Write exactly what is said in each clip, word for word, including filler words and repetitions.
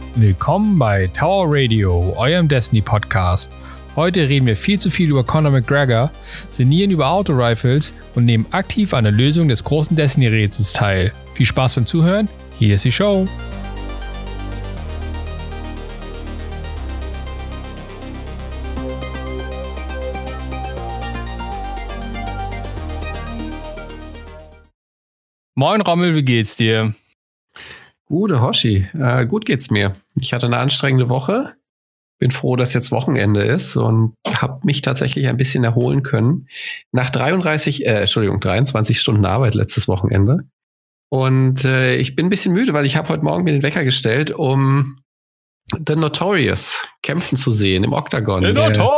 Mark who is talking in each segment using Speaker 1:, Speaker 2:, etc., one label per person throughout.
Speaker 1: Willkommen bei Tower Radio, eurem Destiny-Podcast. Heute reden wir viel zu viel über Conor McGregor, sinnieren über Auto-Rifles und nehmen aktiv an der Lösung des großen Destiny-Rätsels teil. Viel Spaß beim Zuhören, hier ist die Show. Moin Rommel, wie geht's dir?
Speaker 2: Gute Hoshi, äh, gut geht's mir. Ich hatte eine anstrengende Woche, bin froh, dass jetzt Wochenende ist und habe mich tatsächlich ein bisschen erholen können. Nach dreiunddreißig, äh, Entschuldigung, dreiundzwanzig Stunden Arbeit letztes Wochenende. Und äh, ich bin ein bisschen müde, weil ich habe heute Morgen mir den Wecker gestellt, um The Notorious kämpfen zu sehen im Oktagon.
Speaker 1: The Notorious!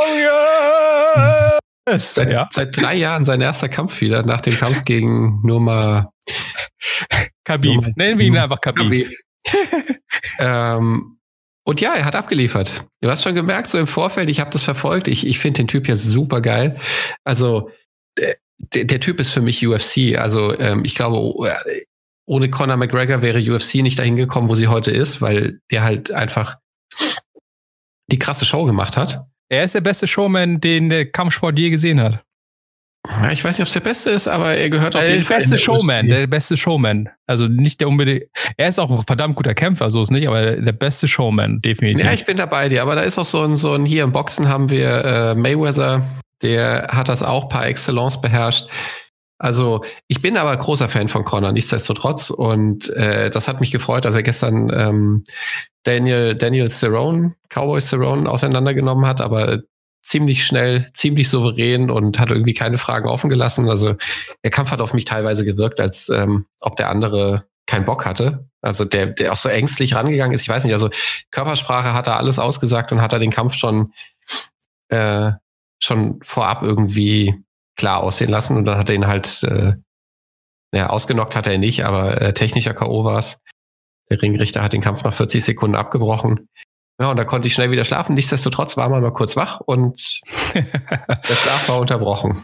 Speaker 2: Seit, ja. seit drei Jahren sein erster Kampf wieder, nach dem Kampf gegen Nurma
Speaker 1: Khabib. Nurma, Nennen wir ihn einfach Khabib.
Speaker 2: Khabib. ähm, und ja, er hat abgeliefert. Du hast schon gemerkt, so im Vorfeld, ich habe das verfolgt. Ich, ich finde den Typ ja super geil. Also, der, der Typ ist für mich U F C. Also, ähm, ich glaube, ohne Conor McGregor wäre U F C nicht dahin gekommen, wo sie heute ist, weil der halt einfach die krasse Show gemacht hat.
Speaker 1: Er ist der beste Showman, den der Kampfsport je gesehen hat.
Speaker 2: Ja, ich weiß nicht, ob es der beste ist, aber er gehört auf
Speaker 1: der
Speaker 2: jeden Fall.
Speaker 1: Der beste Showman, der beste Showman. Also nicht der unbedingt. Er ist auch ein verdammt guter Kämpfer, so ist nicht, aber der beste Showman, definitiv.
Speaker 2: Ja, ich bin dabei dir, aber da ist auch so ein, so ein hier im Boxen haben wir äh, Mayweather, der hat das auch par excellence beherrscht. Also ich bin aber großer Fan von Conor, nichtsdestotrotz. Und äh, das hat mich gefreut, dass er gestern ähm, Daniel, Daniel Cerrone, Cowboy Cerrone auseinandergenommen hat, aber ziemlich schnell, ziemlich souverän und hat irgendwie keine Fragen offen gelassen. Also der Kampf hat auf mich teilweise gewirkt, als ähm, ob der andere keinen Bock hatte. Also der, der auch so ängstlich rangegangen ist. Ich weiß nicht, also Körpersprache hat er alles ausgesagt und hat er den Kampf schon, äh, schon vorab irgendwie klar aussehen lassen. Und dann hat er ihn halt, äh, ja, ausgenockt hat er ihn nicht, aber äh, technischer K O war es. Der Ringrichter hat den Kampf nach vierzig Sekunden abgebrochen. Ja, und da konnte ich schnell wieder schlafen. Nichtsdestotrotz war man mal kurz wach und der Schlaf war unterbrochen.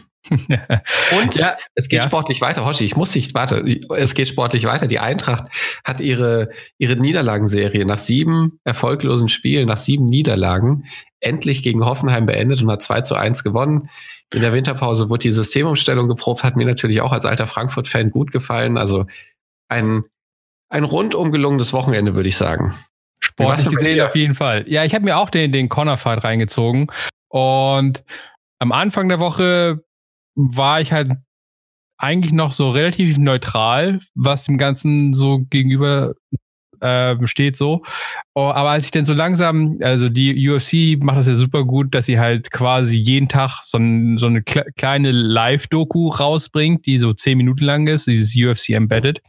Speaker 2: Und ja, es geht ja. sportlich weiter. Hoshi, ich muss nicht, warte, es geht sportlich weiter. Die Eintracht hat ihre, ihre Niederlagenserie nach sieben erfolglosen Spielen, nach sieben Niederlagen endlich gegen Hoffenheim beendet und hat zwei zu eins gewonnen. In der Winterpause wurde die Systemumstellung geprobt, hat mir natürlich auch als alter Frankfurt-Fan gut gefallen. Also ein, ein rundum gelungenes Wochenende, würde ich sagen.
Speaker 1: Sportlich gesehen auf jeden Fall. Ja, ich habe mir auch den, den Conor-Fight reingezogen und am Anfang der Woche war ich halt eigentlich noch so relativ neutral, was dem Ganzen so gegenüber äh, steht so. Oh, aber als ich dann so langsam, also die U F C macht das ja super gut, dass sie halt quasi jeden Tag so, ein, so eine kle- kleine Live-Doku rausbringt, die so zehn Minuten lang ist, dieses U F C Embedded.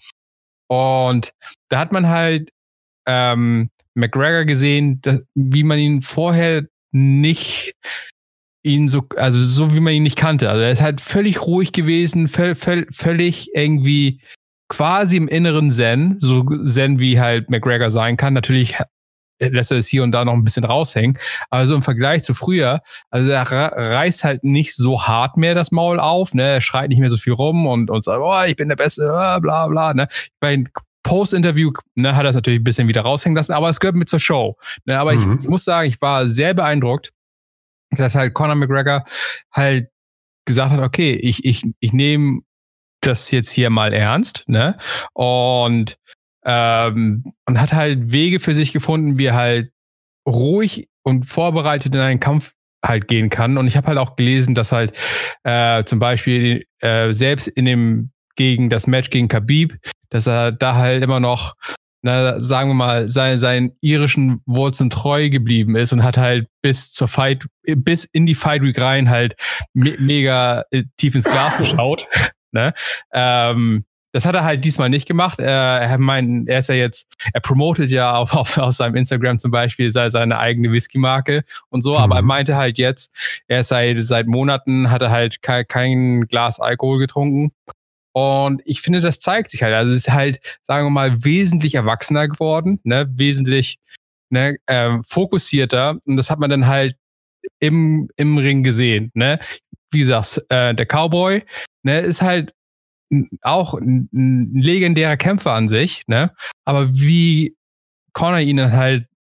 Speaker 1: Und da hat man halt ähm, McGregor gesehen, dass, wie man ihn vorher nicht ihn so, also so wie man ihn nicht kannte. Also er ist halt völlig ruhig gewesen, völ, völ, völlig irgendwie quasi im inneren Zen, so Zen wie halt McGregor sein kann. Natürlich lässt er es hier und da noch ein bisschen raushängen, aber so im Vergleich zu früher, also er reißt halt nicht so hart mehr das Maul auf, ne, er schreit nicht mehr so viel rum und, und sagt, oh, ich bin der Beste, bla bla, ne. Bei Post-Interview, ne, hat er es natürlich ein bisschen wieder raushängen lassen, aber es gehört mit zur Show. Ne, aber mhm. ich, ich muss sagen, ich war sehr beeindruckt, dass halt Conor McGregor halt gesagt hat, okay, ich, ich, ich nehme das jetzt hier mal ernst, ne? Und, ähm, und hat halt Wege für sich gefunden, wie er halt ruhig und vorbereitet in einen Kampf halt gehen kann. Und ich habe halt auch gelesen, dass halt äh, zum Beispiel äh, selbst in dem gegen das Match gegen Khabib, dass er da halt immer noch, na, sagen wir mal, seine, seinen irischen Wurzeln treu geblieben ist und hat halt bis zur Fight, bis in die Fight Week rein halt me- mega tief ins Glas geschaut. Ne? Ähm, das hat er halt diesmal nicht gemacht. Er, er meint, er ist ja jetzt, er promotet ja auf, auf, auf seinem Instagram zum Beispiel seine, seine eigene Whisky-Marke und so, mhm. aber er meinte halt jetzt, er ist seit, seit Monaten, hat er halt kein, kein Glas Alkohol getrunken. Und ich finde, das zeigt sich halt. Also es ist halt, sagen wir mal, wesentlich erwachsener geworden, ne, wesentlich ne, äh, fokussierter. Und das hat man dann halt im, im Ring gesehen, ne. Wie gesagt, äh, der Cowboy, ne, ist halt auch ein, ein legendärer Kämpfer an sich, ne. Aber wie Conor ihn dann halt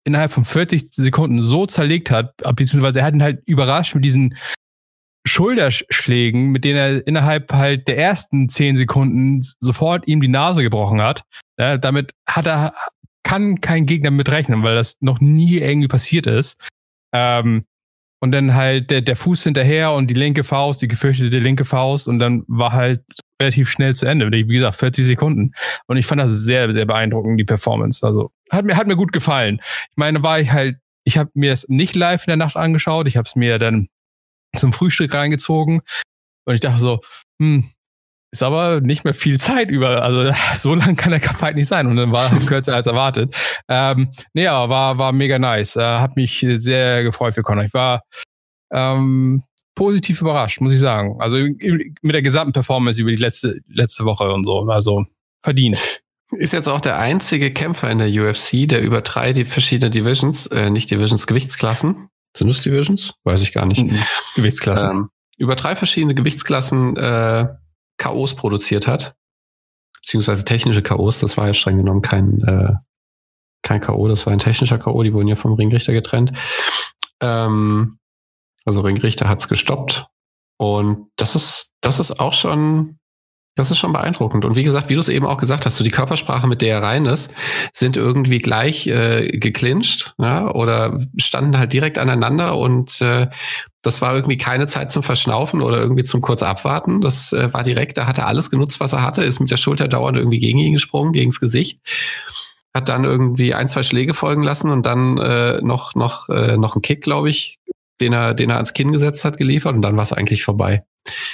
Speaker 1: innerhalb von vierzig Sekunden so zerlegt hat, beziehungsweise er hat ihn halt überrascht mit diesen Schulterschlägen, mit denen er innerhalb halt der ersten zehn Sekunden sofort ihm die Nase gebrochen hat. Ja, damit hat er, kann kein Gegner mit rechnen, weil das noch nie irgendwie passiert ist. Ähm, und dann halt der, der Fuß hinterher und die linke Faust, die gefürchtete linke Faust und dann war halt relativ schnell zu Ende. Wie gesagt, vierzig Sekunden. Und ich fand das sehr, sehr beeindruckend, die Performance. Also hat mir, hat mir gut gefallen. Ich meine, war ich halt, ich habe mir das nicht live in der Nacht angeschaut, ich habe es mir dann zum Frühstück reingezogen und ich dachte so, hm, ist aber nicht mehr viel Zeit über, also so lang kann der Fight nicht sein und dann war es kürzer als erwartet. Ähm, nee, aber war, war mega nice, äh, hat mich sehr gefreut für Conor. Ich war ähm, positiv überrascht, muss ich sagen. Also mit der gesamten Performance über die letzte, letzte Woche und so, also verdient.
Speaker 2: Ist jetzt auch der einzige Kämpfer in der U F C, der über drei die verschiedene Divisions, äh, nicht Divisions, Gewichtsklassen, sind das Divisions? Weiß ich gar nicht.
Speaker 1: Mhm. Gewichtsklassen.
Speaker 2: Ähm, über drei verschiedene Gewichtsklassen äh, K Os produziert hat. Beziehungsweise technische K Os. Das war ja streng genommen kein, äh, kein K O, das war ein technischer K O. Die wurden ja vom Ringrichter getrennt. Ähm, also Ringrichter hat's gestoppt. Und das ist, das ist auch schon, das ist schon beeindruckend. Und wie gesagt, wie du es eben auch gesagt hast, so die Körpersprache, mit der er rein ist, sind irgendwie gleich äh, geclincht, ja, oder standen halt direkt aneinander und äh, das war irgendwie keine Zeit zum Verschnaufen oder irgendwie zum kurz abwarten. Das äh, war direkt, da hat er alles genutzt, was er hatte, ist mit der Schulter dauernd irgendwie gegen ihn gesprungen, gegens Gesicht, hat dann irgendwie ein, zwei Schläge folgen lassen und dann äh, noch, noch, äh, noch einen Kick, glaube ich, den er, den er ans Kinn gesetzt hat, geliefert und dann war es eigentlich vorbei.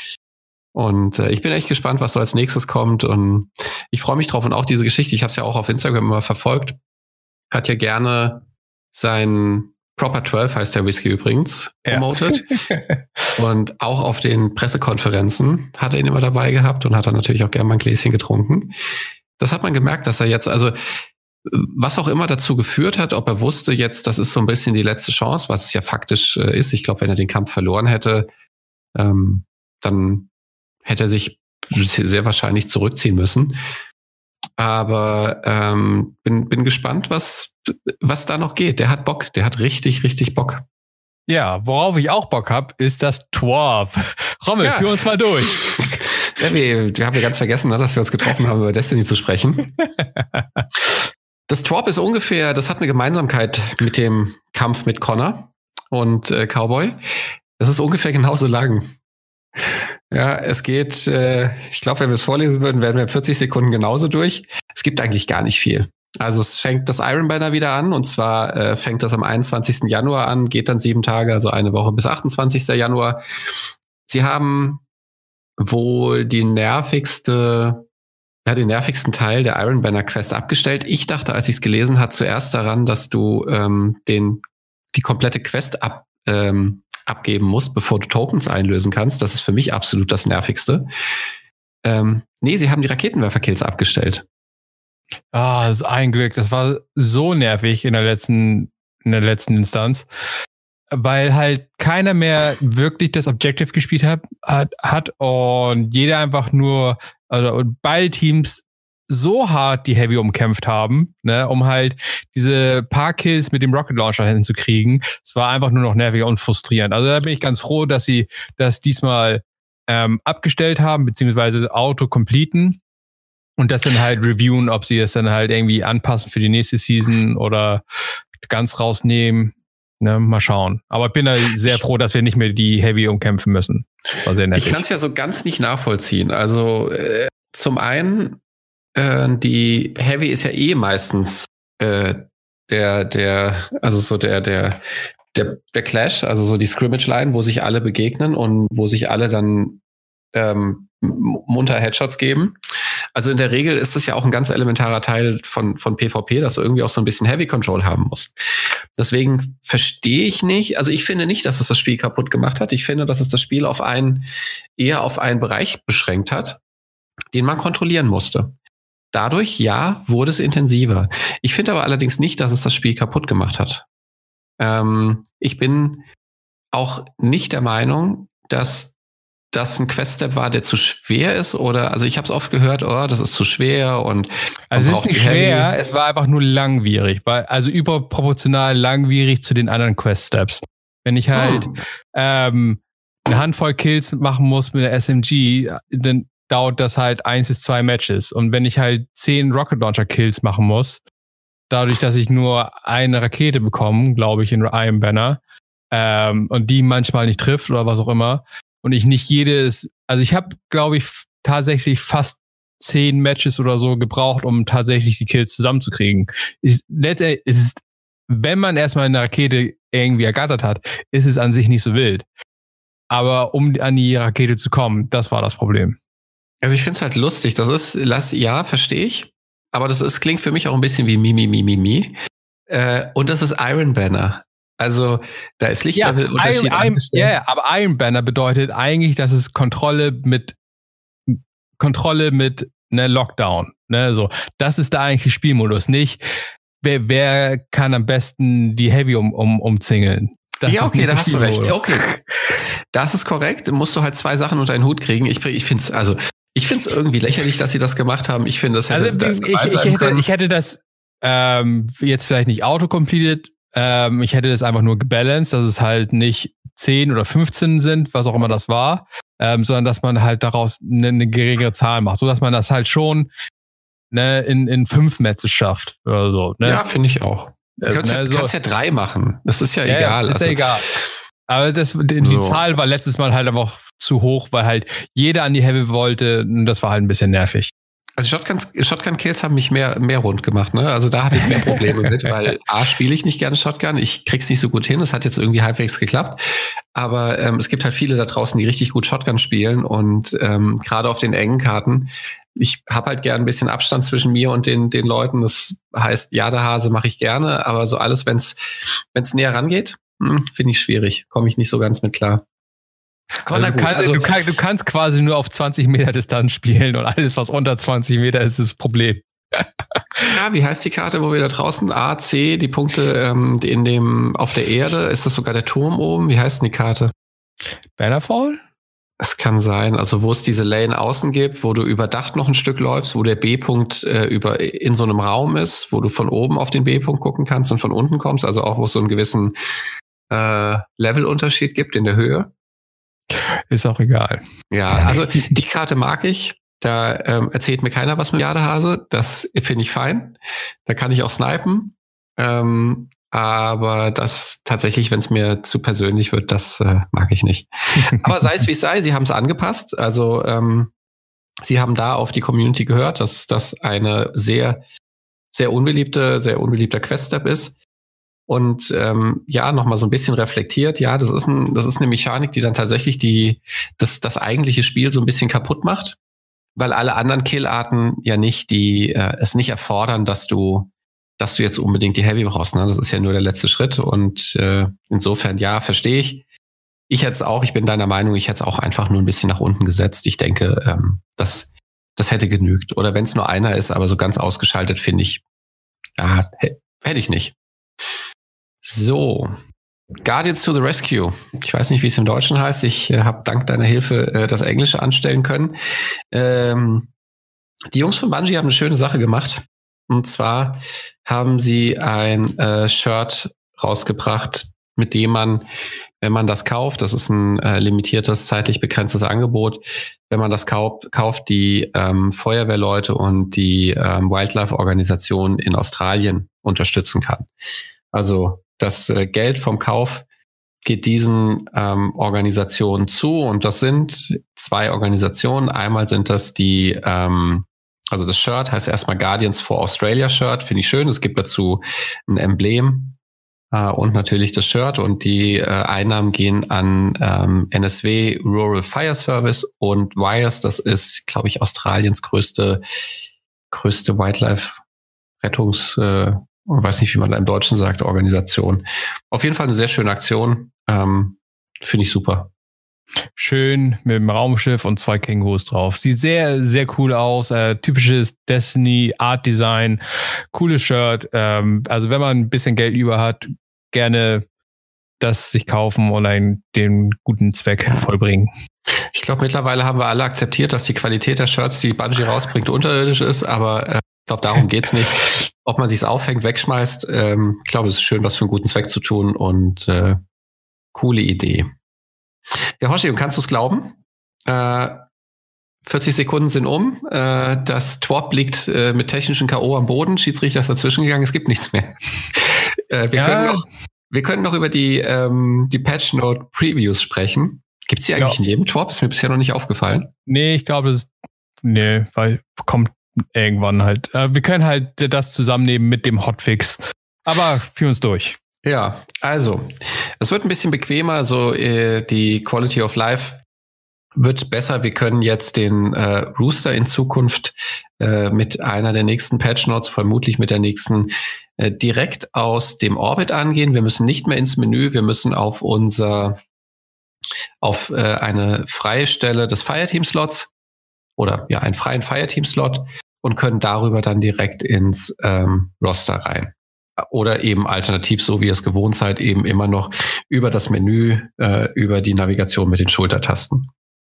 Speaker 2: Und äh, ich bin echt gespannt, was so als nächstes kommt und ich freue mich drauf und auch diese Geschichte, ich habe es ja auch auf Instagram immer verfolgt, hat ja gerne sein Proper zwölf, heißt der Whisky übrigens, promoted. Ja. Und auch auf den Pressekonferenzen hat er ihn immer dabei gehabt und hat dann natürlich auch gerne mal ein Gläschen getrunken. Das hat man gemerkt, dass er jetzt, also was auch immer dazu geführt hat, ob er wusste jetzt, das ist so ein bisschen die letzte Chance, was es ja faktisch äh, ist. Ich glaube, wenn er den Kampf verloren hätte, ähm, dann hätte er sich sehr wahrscheinlich zurückziehen müssen. Aber ähm, bin, bin gespannt, was, was da noch geht. Der hat Bock, der hat richtig, richtig Bock.
Speaker 1: Ja, worauf ich auch Bock habe, ist das T W A R P. Rommel, ja. Führ uns mal durch.
Speaker 2: Ja, wir, wir haben ja ganz vergessen, dass wir uns getroffen haben, über Destiny zu sprechen. Das T W A R P ist ungefähr, das hat eine Gemeinsamkeit mit dem Kampf mit Conor und äh, Cowboy. Das ist ungefähr genauso lang. Ja, es geht, äh, ich glaube, wenn wir es vorlesen würden, wären wir vierzig Sekunden genauso durch. Es gibt eigentlich gar nicht viel. Also es fängt das Iron Banner wieder an und zwar äh, fängt das am einundzwanzigsten Januar an, geht dann sieben Tage, also eine Woche bis achtundzwanzigsten Januar. Sie haben wohl die nervigste, ja, den nervigsten Teil der Iron Banner Quest abgestellt. Ich dachte, als ich es gelesen habe, zuerst daran, dass du ähm, den die komplette Quest ab ähm, abgeben musst, bevor du Tokens einlösen kannst. Das ist für mich absolut das Nervigste. Ähm, nee, sie haben die Raketenwerfer-Kills abgestellt.
Speaker 1: Ah, das ist ein Glück. Das war so nervig in der letzten, in der letzten Instanz, weil halt keiner mehr wirklich das Objective gespielt hat, hat, hat und jeder einfach nur, also und beide Teams so hart die Heavy umkämpft haben, ne, um halt diese paar Kills mit dem Rocket Launcher hinzukriegen. Es war einfach nur noch nervig und frustrierend. Also da bin ich ganz froh, dass sie das diesmal ähm, abgestellt haben, beziehungsweise auto-completen und das dann halt reviewen, ob sie das dann halt irgendwie anpassen für die nächste Season oder ganz rausnehmen. Ne, mal schauen. Aber ich bin da sehr froh, dass wir nicht mehr die Heavy umkämpfen müssen. Das war sehr nervig.
Speaker 2: Ich kann es ja so ganz nicht nachvollziehen. Also äh, zum einen die Heavy ist ja eh meistens äh, der, der, also so der, der, der, der Clash, also so die Scrimmage-Line, wo sich alle begegnen und wo sich alle dann ähm, munter Headshots geben. Also in der Regel ist das ja auch ein ganz elementarer Teil von, von PvP, dass du irgendwie auch so ein bisschen Heavy Control haben musst. Deswegen verstehe ich nicht, also ich finde nicht, dass es das Spiel kaputt gemacht hat. Ich finde, dass es das Spiel auf einen, eher auf einen Bereich beschränkt hat, den man kontrollieren musste. Dadurch, ja, wurde es intensiver. Ich finde aber allerdings nicht, dass es das Spiel kaputt gemacht hat. Ähm, ich bin auch nicht der Meinung, dass das ein Quest-Step war, der zu schwer ist? Oder, also ich habe es oft gehört, oh, das ist zu schwer und
Speaker 1: also es ist nicht schwer, Heavy. Es war einfach nur langwierig, weil, also überproportional langwierig zu den anderen Quest-Steps. Wenn ich halt oh. ähm, eine Handvoll Kills machen muss mit der S M G, dann dauert das halt eins bis zwei Matches. Und wenn ich halt zehn Rocket Launcher Kills machen muss, dadurch, dass ich nur eine Rakete bekomme, glaube ich, in Iron Banner, ähm, und die manchmal nicht trifft oder was auch immer, und ich nicht jedes, also ich habe, glaube ich, tatsächlich fast zehn Matches oder so gebraucht, um tatsächlich die Kills zusammenzukriegen. Ist, letztendlich ist es, wenn man erstmal eine Rakete irgendwie ergattert hat, ist es an sich nicht so wild. Aber um an die Rakete zu kommen, das war das Problem.
Speaker 2: Also ich finde es halt lustig. Das ist, lass, ja, verstehe ich. Aber das ist, klingt für mich auch ein bisschen wie Mimi, Mimi, Mimi. Äh, und das ist Iron Banner. Also da ist Lichtlevel-Unterschied.
Speaker 1: Ja, yeah, aber Iron Banner bedeutet eigentlich, dass es Kontrolle mit Kontrolle mit ne Lockdown. Ne, so. Das ist der eigentliche Spielmodus. Nicht, wer, wer kann am besten die Heavy um, um, umzingeln. Das
Speaker 2: ja, okay, da hast du recht. Okay, das ist korrekt. Musst du halt zwei Sachen unter einen Hut kriegen. Ich, ich finde es also, ich finde es irgendwie lächerlich, dass sie das gemacht haben. Ich finde, das hätte
Speaker 1: also, ich, ich, hätte, ich hätte das ähm, jetzt vielleicht nicht auto-completed. Ähm, ich hätte das einfach nur gebalanced, dass es halt nicht zehn oder fünfzehn sind, was auch immer das war, ähm, sondern dass man halt daraus eine, eine geringere Zahl macht, so dass man das halt schon ne, in, in fünf Matches schafft oder so. Ne?
Speaker 2: Ja, finde ich auch. Du kannst, ja, kannst ja drei machen. Das ist ja, ja egal.
Speaker 1: Ist
Speaker 2: also,
Speaker 1: ja egal. Aber das, die, so. die Zahl war letztes Mal halt einfach zu hoch, weil halt jeder an die Heavy wollte. Und das war halt ein bisschen nervig.
Speaker 2: Also Shotgun, Shotgun Kills haben mich mehr, mehr rund gemacht. Ne? Also da hatte ich mehr Probleme mit, weil A, spiele ich nicht gerne Shotgun. Ich krieg's nicht so gut hin. Es hat jetzt irgendwie halbwegs geklappt. Aber ähm, es gibt halt viele da draußen, die richtig gut Shotgun spielen. Und ähm, gerade auf den engen Karten, ich habe halt gern ein bisschen Abstand zwischen mir und den, den Leuten. Das heißt, Jadehase mache ich gerne. Aber so alles, wenn es näher rangeht, hm, finde ich schwierig. Komme ich nicht so ganz mit klar.
Speaker 1: Aber also, na gut, kann, also du, kann, du kannst quasi nur auf zwanzig Meter Distanz spielen und alles, was unter zwanzig Meter ist, ist das Problem.
Speaker 2: Ja, wie heißt die Karte, wo wir da draußen? A, C, die Punkte ähm, in dem, auf der Erde. Ist das sogar der Turm oben? Wie heißt denn die Karte?
Speaker 1: Bannerfall?
Speaker 2: Es kann sein, also wo es diese Lane außen gibt, wo du überdacht noch ein Stück läufst, wo der B-Punkt äh, über in so einem Raum ist, wo du von oben auf den B-Punkt gucken kannst und von unten kommst, also auch wo es so einen gewissen äh, Levelunterschied gibt in der Höhe.
Speaker 1: Ist auch egal.
Speaker 2: Ja, also die Karte mag ich. Da ähm, erzählt mir keiner was mit Jadehase. Das finde ich fein. Da kann ich auch snipen. Ähm, aber das tatsächlich, wenn es mir zu persönlich wird, das äh, mag ich nicht. Aber sei es wie es sei, sie haben es angepasst. Also ähm, sie haben da auf die Community gehört, dass das eine sehr, sehr unbeliebte, sehr unbeliebter Quest-Step ist. Und ähm, ja, nochmal so ein bisschen reflektiert, ja, das ist ein, das ist eine Mechanik, die dann tatsächlich die, das, das eigentliche Spiel so ein bisschen kaputt macht, weil alle anderen Killarten ja nicht die, äh, es nicht erfordern, dass du, dass du jetzt unbedingt die Heavy brauchst. Ne? Das ist ja nur der letzte Schritt. Und äh, insofern, ja, verstehe ich. Ich hätte es auch, ich bin deiner Meinung, ich hätte es auch einfach nur ein bisschen nach unten gesetzt. Ich denke, ähm, das, das hätte genügt. Oder wenn es nur einer ist, aber so ganz ausgeschaltet, finde ich, ja, hätte ich nicht. So, Guardians to the Rescue. Ich weiß nicht, wie es im Deutschen heißt. Ich äh, habe dank deiner Hilfe äh, das Englische anstellen können. Ähm, die Jungs von Bungie haben eine schöne Sache gemacht. Und zwar haben sie ein äh, Shirt rausgebracht, mit dem man, wenn man das kauft, das ist ein äh, limitiertes, zeitlich begrenztes Angebot, wenn man das kauft, kauft die ähm, Feuerwehrleute und die ähm, Wildlife-Organisation in Australien unterstützen kann. Also das äh, Geld vom Kauf geht diesen ähm, Organisationen zu und das sind zwei Organisationen. Einmal sind das die, ähm, also das Shirt heißt erstmal Guardians for Australia Shirt, finde ich schön. Es gibt dazu ein Emblem äh, und natürlich das Shirt und die äh, Einnahmen gehen an ähm, N S W Rural Fire Service und WIRES, das ist, glaube ich, Australiens größte größte Wildlife Rettungs äh, Ich weiß nicht, wie man da im Deutschen sagt, Organisation. Auf jeden Fall eine sehr schöne Aktion. Ähm, Finde ich super.
Speaker 1: Schön mit dem Raumschiff und zwei Kängurus drauf. Sieht sehr, sehr cool aus. Äh, typisches Destiny Art Design. Cooles Shirt. Ähm, also wenn man ein bisschen Geld über hat, gerne das sich kaufen und einen, den guten Zweck vollbringen.
Speaker 2: Ich glaube, mittlerweile haben wir alle akzeptiert, dass die Qualität der Shirts, die Bungie rausbringt, unterirdisch ist, aber äh, ich glaube, darum geht's nicht. Ob man sich's aufhängt, wegschmeißt, ähm, ich glaube, es ist schön, was für einen guten Zweck zu tun und äh, coole Idee. Ja, Hoshi, und kannst du es glauben? Äh, vierzig Sekunden sind um. Äh, das Twop liegt äh, mit technischen K O am Boden. Schiedsrichter ist dazwischen gegangen. Es gibt nichts mehr. äh, wir, ja. können noch, wir können noch über die, ähm, die Patch Note Previews sprechen. Gibt es die eigentlich ja. in jedem Twop? Ist mir bisher noch nicht aufgefallen.
Speaker 1: Nee, ich glaube, das ist, nee, weil kommt irgendwann halt. Äh, wir können halt das zusammennehmen mit dem Hotfix. Aber führ uns durch.
Speaker 2: Ja, also, es wird ein bisschen bequemer. So, äh, die Quality of Life wird besser. Wir können jetzt den äh, Rooster in Zukunft äh, mit einer der nächsten Patch Notes, vermutlich mit der nächsten, äh, direkt aus dem Orbit angehen. Wir müssen nicht mehr ins Menü. Wir müssen auf unser, auf äh, eine freie Stelle des Fireteam-Slots oder ja, einen freien Fireteam-Slot und können darüber dann direkt ins ähm, Roster rein. Oder eben alternativ, so wie ihr es gewohnt seid, eben immer noch über das Menü, äh, über die Navigation mit den Schultertasten.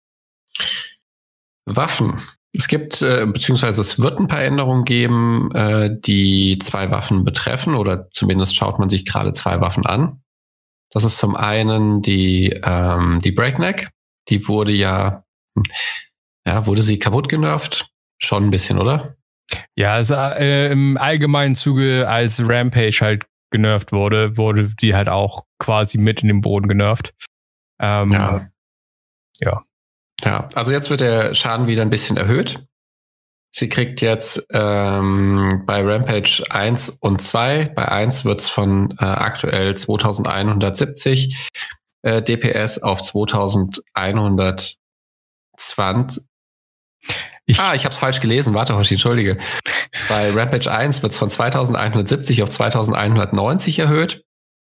Speaker 2: Waffen. Es gibt, äh, beziehungsweise es wird ein paar Änderungen geben, äh, die zwei Waffen betreffen, oder zumindest schaut man sich gerade zwei Waffen an. Das ist zum einen die, ähm, die Breakneck. Die wurde ja, ja, wurde sie kaputt genervt? Schon ein bisschen, oder?
Speaker 1: Ja, also äh, im allgemeinen Zuge, als Rampage halt genervt wurde, wurde sie halt auch quasi mit in den Boden genervt. Ähm,
Speaker 2: ja.
Speaker 1: Ja.
Speaker 2: Ja, also jetzt wird der Schaden wieder ein bisschen erhöht. Sie kriegt jetzt ähm, bei Rampage eins und zwei, bei eins wird es von äh, aktuell zweitausendeinhundertsiebzig äh, D P S auf zweitausendeinhundertzwanzig. Ich ah, ich habe es falsch gelesen. Warte, Hoshi, entschuldige. Bei Rampage eins wird es von zweitausendeinhundertsiebzig auf zweitausendeinhundertneunzig erhöht.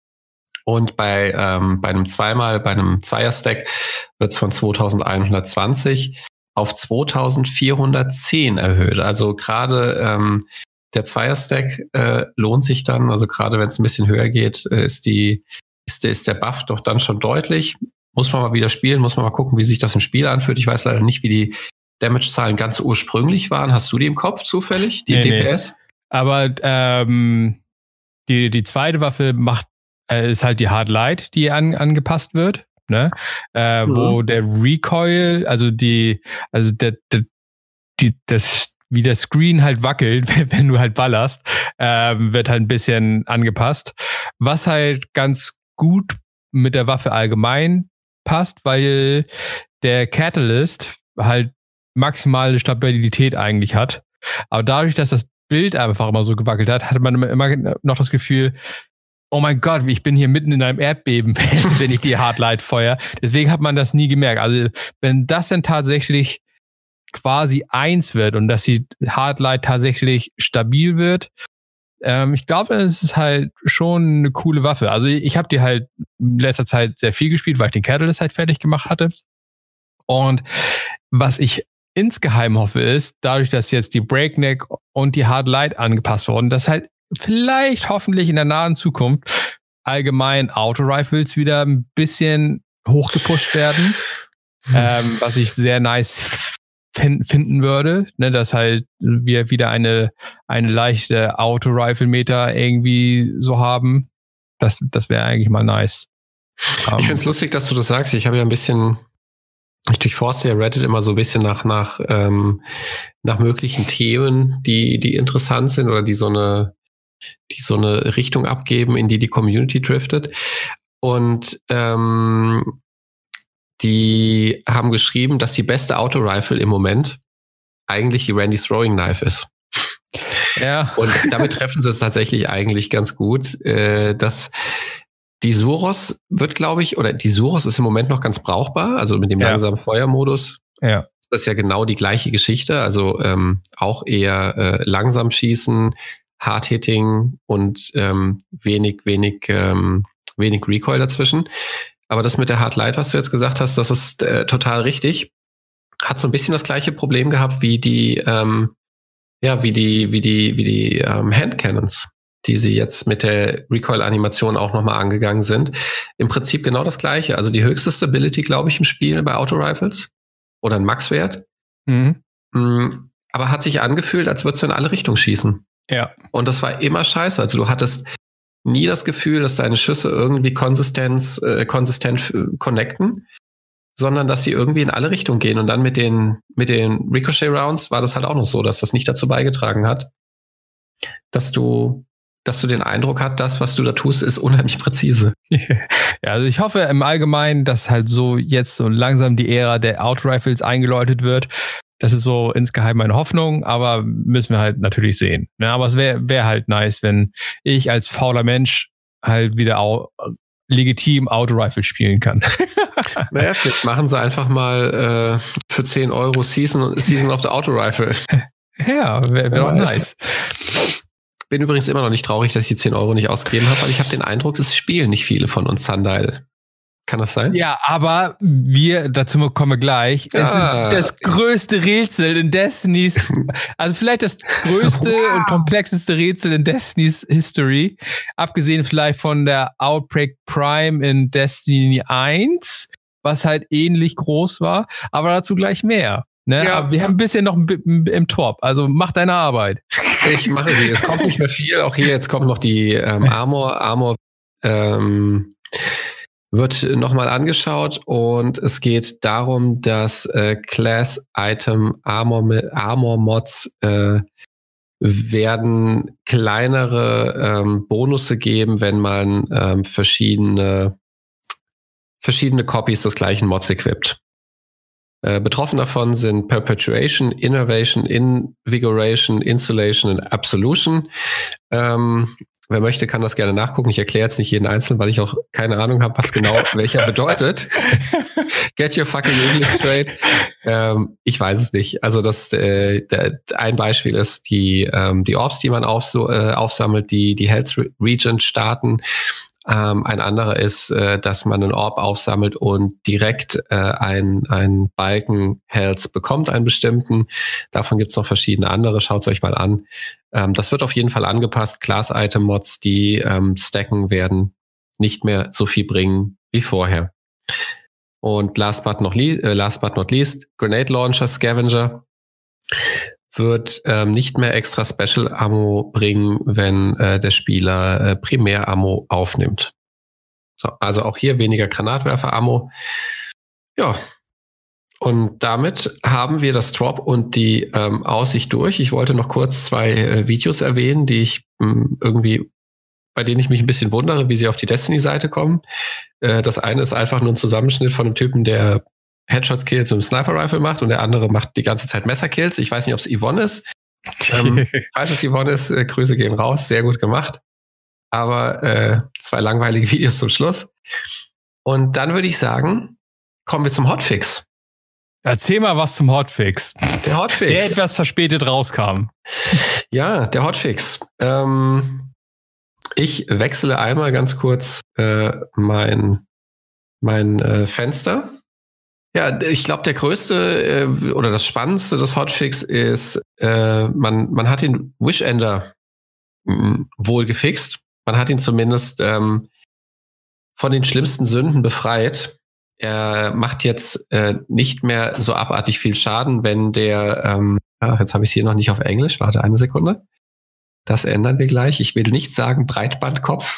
Speaker 2: Und bei, ähm, bei einem zweimal, bei einem Zweier-Stack wird es von zweitausendeinhundertzwanzig auf zweitausendvierhundertzehn erhöht. Also gerade ähm, der Zweier-Stack äh, lohnt sich dann, also gerade wenn es ein bisschen höher geht, äh, ist die, ist der, ist der Buff doch dann schon deutlich. Muss man mal wieder spielen, muss man mal gucken, wie sich das im Spiel anfühlt. Ich weiß leider nicht, wie die Damage-Zahlen ganz ursprünglich waren. Hast du die im Kopf zufällig, die nee, D P S?
Speaker 1: Nee. Aber ähm, die, die zweite Waffe macht äh, ist halt die Hard Light, die an, angepasst wird, ne? Äh, mhm. Wo der Recoil, also die, also der, der die, das, wie der Screen halt wackelt, wenn du halt ballerst, äh, wird halt ein bisschen angepasst. Was halt ganz gut mit der Waffe allgemein passt, weil der Catalyst halt maximale Stabilität eigentlich hat. Aber dadurch, dass das Bild einfach immer so gewackelt hat, hatte man immer noch das Gefühl, oh mein Gott, ich bin hier mitten in einem Erdbeben, wenn ich die Hardlight feuer. Deswegen hat man das nie gemerkt. Also wenn das dann tatsächlich quasi eins wird und dass die Hardlight tatsächlich stabil wird, ähm, ich glaube, es ist halt schon eine coole Waffe. Also ich, ich habe die halt in letzter Zeit sehr viel gespielt, weil ich den Catalyst halt fertig gemacht hatte. Und was ich insgeheim hoffe ist, dadurch, dass jetzt die Breakneck und die Hard Light angepasst wurden, dass halt vielleicht hoffentlich in der nahen Zukunft allgemein Auto-Rifles wieder ein bisschen hochgepusht werden, ähm, was ich sehr nice fin- finden würde, ne, dass halt wir wieder eine, eine leichte Auto-Rifle-Meter irgendwie so haben. Das, das wäre eigentlich mal nice.
Speaker 2: Ich um, finde es lustig, dass du das sagst. Ich habe ja ein bisschen Ich durchforste ja Reddit immer so ein bisschen nach nach ähm, nach möglichen Themen, die die interessant sind oder die so eine die so eine Richtung abgeben, in die die Community driftet. Und ähm, die haben geschrieben, dass die beste Auto-Rifle im Moment eigentlich die Randy's Throwing Knife ist.
Speaker 1: Ja.
Speaker 2: Und damit treffen sie es tatsächlich eigentlich ganz gut, äh, dass die Suros wird, glaube ich, oder die Suros ist im Moment noch ganz brauchbar, also mit dem ja. langsamen Feuermodus.
Speaker 1: Ja.
Speaker 2: Ist das ja genau die gleiche Geschichte, also ähm, auch eher äh, langsam schießen, Hard-Hitting und ähm, wenig, wenig, ähm, wenig Recoil dazwischen. Aber das mit der Hard Light, was du jetzt gesagt hast, das ist äh, total richtig. Hat so ein bisschen das gleiche Problem gehabt wie die, ähm, ja, wie die, wie die, wie die ähm, Handcannons. die sie jetzt mit der Recoil-Animation auch nochmal angegangen sind. Im Prinzip genau das Gleiche. Also die höchste Stability, glaube ich, im Spiel bei Auto-Rifles oder ein Max-Wert. Mhm. Aber hat sich angefühlt, als würdest du in alle Richtungen schießen.
Speaker 1: Ja.
Speaker 2: Und das war immer scheiße. Also du hattest nie das Gefühl, dass deine Schüsse irgendwie Konsistenz, äh, konsistent connecten, sondern dass sie irgendwie in alle Richtungen gehen. Und dann mit den, mit den Ricochet-Rounds war das halt auch noch so, dass das nicht dazu beigetragen hat, dass du, dass du den Eindruck hast, das, was du da tust, ist unheimlich präzise.
Speaker 1: Ja, also ich hoffe im Allgemeinen, dass halt so jetzt so langsam die Ära der Auto-Rifles eingeläutet wird. Das ist so insgeheim meine Hoffnung, aber müssen wir halt natürlich sehen. Ja, aber es wäre wär halt nice, wenn ich als fauler Mensch halt wieder auch legitim Auto-Rifle spielen kann.
Speaker 2: Naja, vielleicht machen sie einfach mal äh, für zehn Euro Season, Season of the Auto-Rifle.
Speaker 1: Ja, wäre wär doch nice.
Speaker 2: Bin übrigens immer noch nicht traurig, dass ich die zehn Euro nicht ausgegeben habe, weil ich habe den Eindruck, es spielen nicht viele von uns Sundial. Kann das sein?
Speaker 1: Ja, aber wir, dazu kommen wir gleich, ja. Es ist das größte Rätsel in Destinys, also vielleicht das größte wow. und komplexeste Rätsel in Destinys History, abgesehen vielleicht von der Outbreak Prime in Destiny eins, was halt ähnlich groß war, aber dazu gleich mehr. Ne? Ja. Aber wir haben ein bisschen noch im, im Top, also mach deine Arbeit.
Speaker 2: Ich mache sie, es kommt nicht mehr viel, auch hier, jetzt kommt noch die ähm, Armor, Armor, ähm, wird nochmal angeschaut und es geht darum, dass äh, Class-Item Armor, Armor Mods äh, werden kleinere ähm, Bonusse geben, wenn man ähm, verschiedene verschiedene Copies des gleichen Mods equipt. Äh, betroffen davon sind Perpetuation, Innovation, Invigoration, Insulation und Absolution. Ähm, Wer möchte, kann das gerne nachgucken. Ich erkläre jetzt nicht jeden Einzelnen, weil ich auch keine Ahnung habe, was genau welcher bedeutet. Get your fucking English straight. Ähm, ich weiß es nicht. Also das äh, der, ein Beispiel ist die ähm, die Orbs, die man auf, so, äh, aufsammelt, die die Health Regent starten. Ähm, ein anderer ist, äh, dass man einen Orb aufsammelt und direkt äh, ein ein Balken Health bekommt, einen bestimmten. Davon gibt's noch verschiedene andere. Schaut's euch mal an. Ähm, das wird auf jeden Fall angepasst. Class-Item-Mods, die ähm, stacken, werden nicht mehr so viel bringen wie vorher. Und last but not, le- äh, last but not least, Grenade Launcher Scavenger wird ähm, nicht mehr extra Special Ammo bringen, wenn äh, der Spieler äh, Primär Ammo aufnimmt. So, also auch hier weniger Granatwerfer Ammo. Ja. Und damit haben wir das Drop und die ähm, Aussicht durch. Ich wollte noch kurz zwei äh, Videos erwähnen, die ich mh, irgendwie, bei denen ich mich ein bisschen wundere, wie sie auf die Destiny-Seite kommen. Äh, das eine ist einfach nur ein Zusammenschnitt von einem Typen, der Headshot-Kills mit einem Sniper-Rifle macht und der andere macht die ganze Zeit Messer-Kills. Ich weiß nicht, ob es Yvonne ist. ähm, falls es Yvonne ist, äh, Grüße gehen raus. Sehr gut gemacht. Aber äh, zwei langweilige Videos zum Schluss. Und dann würde ich sagen, kommen wir zum Hotfix.
Speaker 1: Erzähl mal was zum Hotfix.
Speaker 2: Der Hotfix.
Speaker 1: Der etwas verspätet rauskam.
Speaker 2: Ja, der Hotfix. Ähm, ich wechsle einmal ganz kurz äh, mein, mein äh, Fenster. Ja, ich glaube, der größte äh, oder das Spannendste des Hotfix ist, äh, man, man hat den Wish-Ender mh, wohl gefixt. Man hat ihn zumindest ähm, von den schlimmsten Sünden befreit. Er macht jetzt äh, nicht mehr so abartig viel Schaden, wenn der, ähm, ah, jetzt habe ich es hier noch nicht auf Englisch, warte eine Sekunde. Das ändern wir gleich. Ich will nicht sagen Breitbandkopf.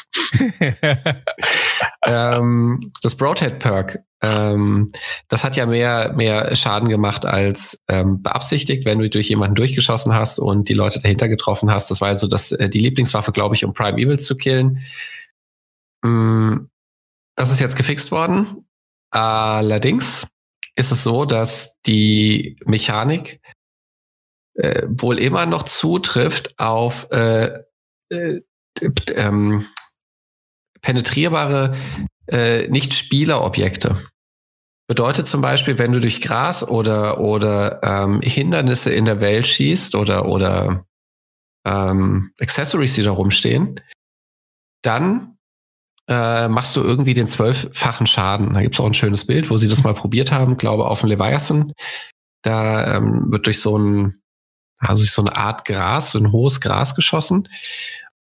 Speaker 2: ähm, das Broadhead-Perk, ähm, das hat ja mehr, mehr Schaden gemacht als ähm, beabsichtigt, wenn du durch jemanden durchgeschossen hast und die Leute dahinter getroffen hast. Das war also das, äh, die Lieblingswaffe, glaube ich, um Prime Evils zu killen. Ähm, das ist jetzt gefixt worden. Allerdings ist es so, dass die Mechanik äh, wohl immer noch zutrifft auf äh, äh, ähm, penetrierbare äh, Nicht-Spieler-Objekte. Bedeutet zum Beispiel, wenn du durch Gras oder oder ähm, Hindernisse in der Welt schießt oder oder ähm, Accessories, die da rumstehen, dann äh, machst du irgendwie den zwölffachen Schaden. Da gibt's auch ein schönes Bild, wo sie das mal probiert haben, glaube auf dem Leviathan. Da ähm, wird durch so ein, also durch so eine Art Gras, so ein hohes Gras geschossen.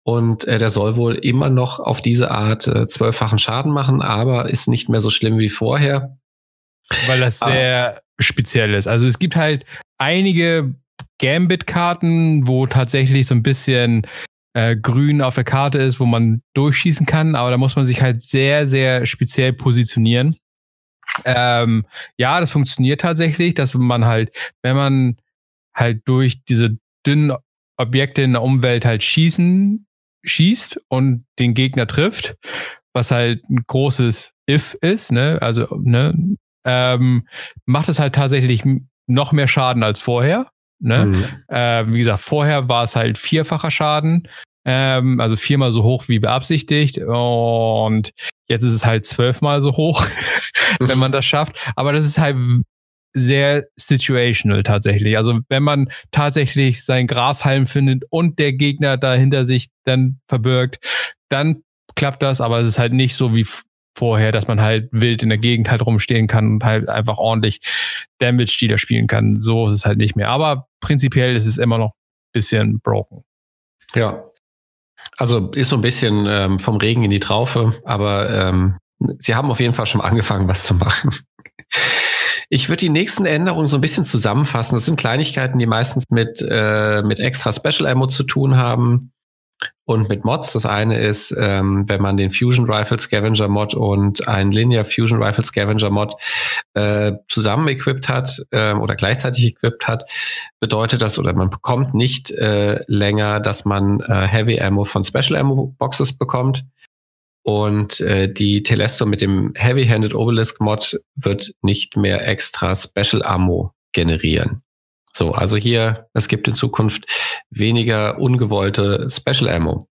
Speaker 2: Und äh, der soll wohl immer noch auf diese Art äh, zwölffachen Schaden machen, aber ist nicht mehr so schlimm wie vorher.
Speaker 1: Weil das sehr ah. speziell ist. Also es gibt halt einige Gambit-Karten, wo tatsächlich so ein bisschen äh, grün auf der Karte ist, wo man durchschießen kann, aber da muss man sich halt sehr, sehr speziell positionieren. Ähm, ja, das funktioniert tatsächlich, dass man halt, wenn man halt durch diese dünnen Objekte in der Umwelt halt schießen, schießt und den Gegner trifft, was halt ein großes If ist, ne, also, ne, ähm, macht es halt tatsächlich noch mehr Schaden als vorher, ne, mhm. äh, wie gesagt, vorher war es halt vierfacher Schaden, ähm, also viermal so hoch wie beabsichtigt und jetzt ist es halt zwölfmal so hoch, wenn man das schafft, aber das ist halt sehr situational tatsächlich. Also wenn man tatsächlich seinen Grashalm findet und der Gegner dahinter sich dann verbirgt, dann klappt das, aber es ist halt nicht so wie vorher, dass man halt wild in der Gegend halt rumstehen kann und halt einfach ordentlich Damage-Dealer spielen kann. So ist es halt nicht mehr. Aber prinzipiell ist es immer noch ein bisschen broken.
Speaker 2: Ja. Also ist so ein bisschen ähm, vom Regen in die Traufe, aber ähm, sie haben auf jeden Fall schon angefangen, was zu machen. Ich würde die nächsten Änderungen so ein bisschen zusammenfassen. Das sind Kleinigkeiten, die meistens mit, äh, mit extra Special Ammo zu tun haben und mit Mods. Das eine ist, ähm, wenn man den Fusion Rifle Scavenger Mod und einen Linear Fusion Rifle Scavenger Mod äh, zusammen equipped hat äh, oder gleichzeitig equipped hat, bedeutet das, oder man bekommt nicht äh, länger, dass man äh, Heavy Ammo von Special Ammo Boxes bekommt. Und äh, die Telesto mit dem Heavy-Handed Obelisk Mod wird nicht mehr extra Special Ammo generieren. So, also hier, es gibt in Zukunft weniger ungewollte Special Ammo.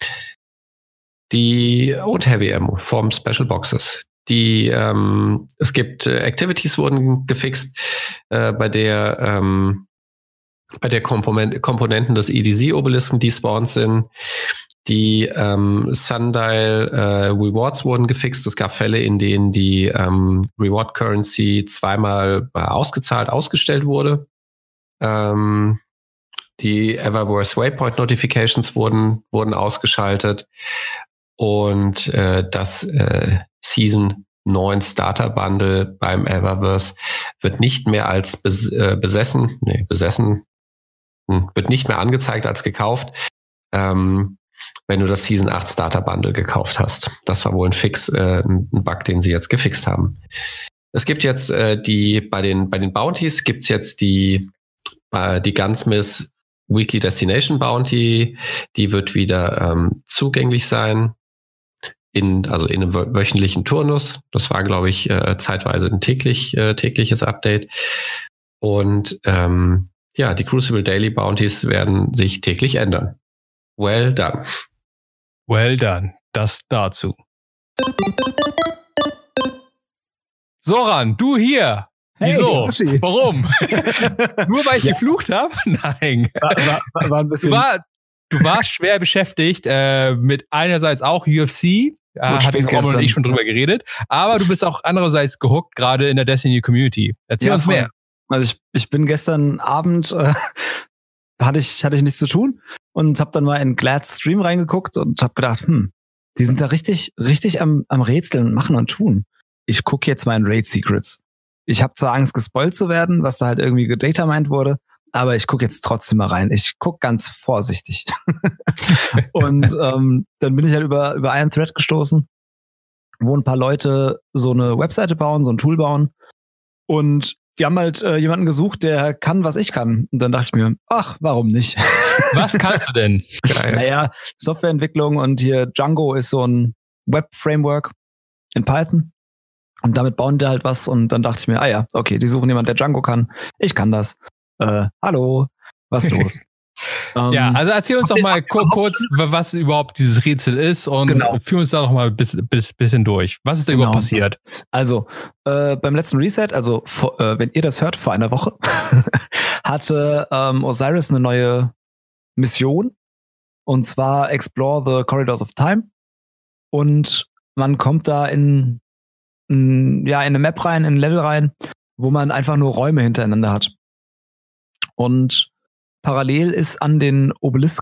Speaker 2: Die und Heavy Ammo vom Special Boxes. Die, ähm, es gibt äh, Activities wurden gefixt, äh, bei der ähm, bei der Komponent- Komponenten des E D Z-Obelisken despawned sind. Die ähm, Sundial äh, Rewards wurden gefixt. Es gab Fälle, in denen die ähm, Reward Currency zweimal äh, ausgezahlt, ausgestellt wurde. Ähm, die Eververse Waypoint Notifications wurden, wurden ausgeschaltet. Und äh, das äh, Season neun Starter Bundle beim Eververse wird nicht mehr als bes- äh, besessen, nee, besessen, hm, wird nicht mehr angezeigt als gekauft. Ähm, wenn du das Season acht Starter Bundle gekauft hast. Das war wohl ein Fix, äh, ein Bug, den sie jetzt gefixt haben. Es gibt jetzt äh, die, bei den, bei den Bounties gibt's jetzt die, äh, die Gunsmith Weekly Destination Bounty. Die wird wieder ähm, zugänglich sein. In, also in einem wöchentlichen Turnus. Das war, glaube ich, äh, zeitweise ein täglich, äh, tägliches Update. Und ähm, ja, die Crucible Daily Bounties werden sich täglich ändern. Well done.
Speaker 1: Well done. Das dazu. Soran, du hier.
Speaker 3: Hey,
Speaker 1: wieso?
Speaker 3: Yoshi.
Speaker 1: Warum? Nur weil ich ja. geflucht habe? Nein.
Speaker 3: War, war, war ein bisschen
Speaker 1: du, war, du warst schwer beschäftigt äh, mit einerseits auch U F C. Äh, hatten Roman und ich schon drüber geredet. Aber du bist auch andererseits gehuckt, gerade in der Destiny-Community. Erzähl ja, uns mehr.
Speaker 3: Also ich, ich bin gestern Abend, äh, hatte ich hatte ich nichts zu tun und habe dann mal in Glads Stream reingeguckt und habe gedacht, hm, die sind da richtig richtig am, am Rätseln, machen und tun. Ich gucke jetzt mal in Raid Secrets. Ich habe zwar Angst, gespoilt zu werden, was da halt irgendwie gedatamined wurde, aber ich gucke jetzt trotzdem mal rein. Ich gucke ganz vorsichtig. Und ähm, dann bin ich halt über über einen Thread gestoßen, wo ein paar Leute so eine Webseite bauen, so ein Tool bauen. Und die haben halt äh, jemanden gesucht, der kann, was ich kann. Und dann dachte ich mir, ach, warum nicht?
Speaker 1: Was kannst du denn?
Speaker 3: Geil. Naja, Softwareentwicklung und hier Django ist so ein Web-Framework in Python. Und damit bauen die halt was. Und dann dachte ich mir, ah ja, okay, die suchen jemanden, der Django kann. Ich kann das. Äh, hallo, was ist los?
Speaker 1: um, ja, also erzähl uns doch mal kurz, kurz, was überhaupt dieses Rätsel ist und genau. führ uns da doch mal ein bisschen, bisschen durch. Was ist da genau. überhaupt passiert?
Speaker 3: Also, äh, beim letzten Reset, also vor, äh, wenn ihr das hört, vor einer Woche, hatte ähm, Osiris eine neue Mission, und zwar Explore the Corridors of Time. Und man kommt da in, in, ja, in eine Map rein, in ein Level rein, wo man einfach nur Räume hintereinander hat. Und parallel ist an den Obelisken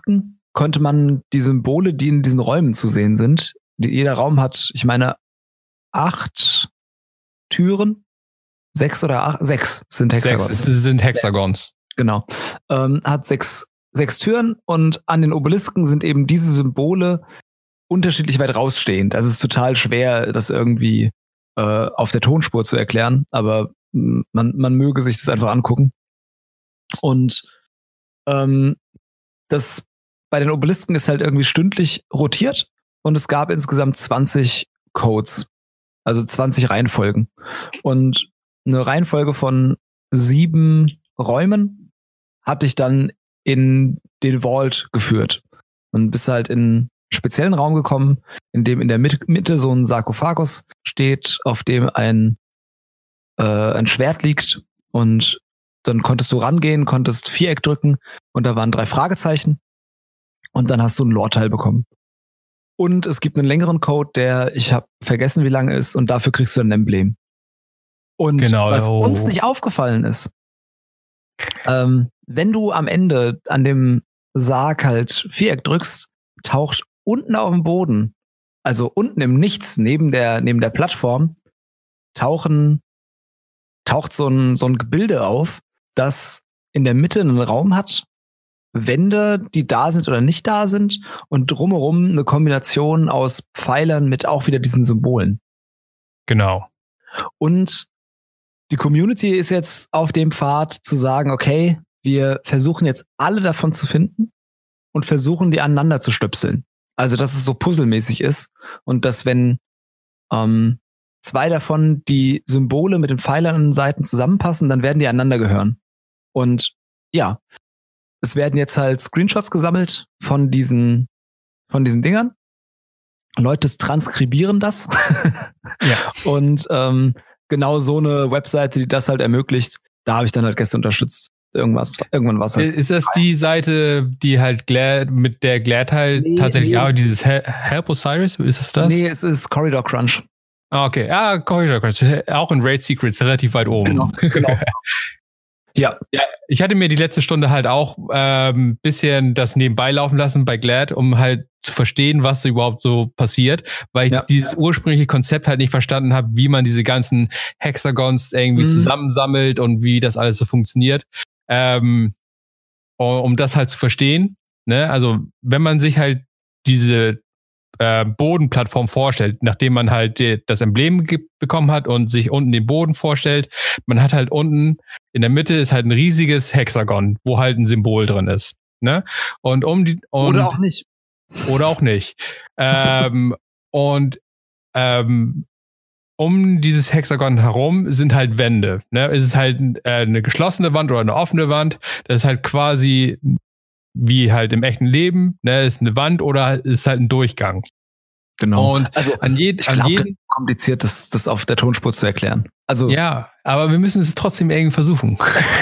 Speaker 3: konnte man die Symbole, die in diesen Räumen zu sehen sind, die, jeder Raum hat, ich meine, acht Türen, sechs oder acht, sechs sind Hexagons.
Speaker 1: Sechs sind Hexagons.
Speaker 3: Genau. Ähm, hat sechs, sechs Türen und an den Obelisken sind eben diese Symbole unterschiedlich weit rausstehend. Also es ist total schwer, das irgendwie äh, auf der Tonspur zu erklären, aber man, man möge sich das einfach angucken. Und ähm, das bei den Obelisken ist halt irgendwie stündlich rotiert und es gab insgesamt zwanzig Codes, also zwanzig Reihenfolgen. Und eine Reihenfolge von sieben Räumen hat dich dann in den Vault geführt. Und bist halt in einen speziellen Raum gekommen, in dem in der Mitte so ein Sarkophagus steht, auf dem ein, äh, ein Schwert liegt. Und dann konntest du rangehen, konntest Viereck drücken und da waren drei Fragezeichen. Und dann hast du ein Lore-Teil bekommen. Und es gibt einen längeren Code, der, ich habe vergessen, wie lange ist, und dafür kriegst du ein Emblem. Und
Speaker 1: genau,
Speaker 3: was
Speaker 1: oh.
Speaker 3: uns nicht aufgefallen ist, ähm, wenn du am Ende an dem Sarg halt Viereck drückst, taucht unten auf dem Boden, also unten im Nichts, neben der, neben der Plattform, tauchen, taucht so ein, so ein Gebilde auf, das in der Mitte einen Raum hat, Wände, die da sind oder nicht da sind und drumherum eine Kombination aus Pfeilern mit auch wieder diesen Symbolen.
Speaker 1: Genau.
Speaker 3: Und die Community ist jetzt auf dem Pfad zu sagen, okay, wir versuchen jetzt alle davon zu finden und versuchen, die aneinander zu stöpseln. Also, dass es so puzzelmäßig ist und dass, wenn ähm, zwei davon die Symbole mit den Pfeilern an den Seiten zusammenpassen, dann werden die aneinander gehören. Und ja, es werden jetzt halt Screenshots gesammelt von diesen, von diesen Dingern. Leute transkribieren das.
Speaker 1: Ja.
Speaker 3: Und ähm, genau so eine Webseite, die das halt ermöglicht, da habe ich dann halt gestern unterstützt. Irgendwas, irgendwann was halt.
Speaker 1: Ist das die Seite, die halt Glad, mit der Glad halt
Speaker 3: Nee,
Speaker 1: tatsächlich
Speaker 3: nee.
Speaker 1: auch dieses He- Help Osiris? Ist das das?
Speaker 3: Nee, es ist Corridor Crunch.
Speaker 1: Ah, okay. Ja, Corridor Crunch. Auch in Raid Secrets, relativ weit oben.
Speaker 3: Genau, genau. Ja.
Speaker 1: Ja, ich hatte mir die letzte Stunde halt auch ein ähm, bisschen das nebenbei laufen lassen bei Glad, um halt zu verstehen, was überhaupt so passiert, weil ich
Speaker 3: Ja.
Speaker 1: dieses ursprüngliche Konzept halt nicht verstanden habe, wie man diese ganzen Hexagons irgendwie
Speaker 3: Mhm.
Speaker 1: zusammensammelt und wie das alles so funktioniert. Ähm, um das halt zu verstehen, ne? Also wenn man sich halt diese äh, Bodenplattform vorstellt, nachdem man halt die, das Emblem ge- bekommen hat und sich unten den Boden vorstellt, man hat halt unten in der Mitte ist halt ein riesiges Hexagon, wo halt ein Symbol drin ist, ne? Und um die und,
Speaker 3: Oder auch nicht.
Speaker 1: oder auch nicht. ähm, und ähm, um dieses Hexagon herum sind halt Wände. Ne? Es ist halt äh, eine geschlossene Wand oder eine offene Wand. Das ist halt quasi wie halt im echten Leben. Ne? Es ist eine Wand oder ist halt ein Durchgang.
Speaker 3: Genau.
Speaker 1: Und
Speaker 3: also
Speaker 1: an, je,
Speaker 3: ich
Speaker 1: an
Speaker 3: glaube, das
Speaker 1: jeden.
Speaker 3: ist kompliziert, das, das auf der Tonspur zu erklären. Also
Speaker 1: Ja, aber wir müssen es trotzdem irgendwie versuchen.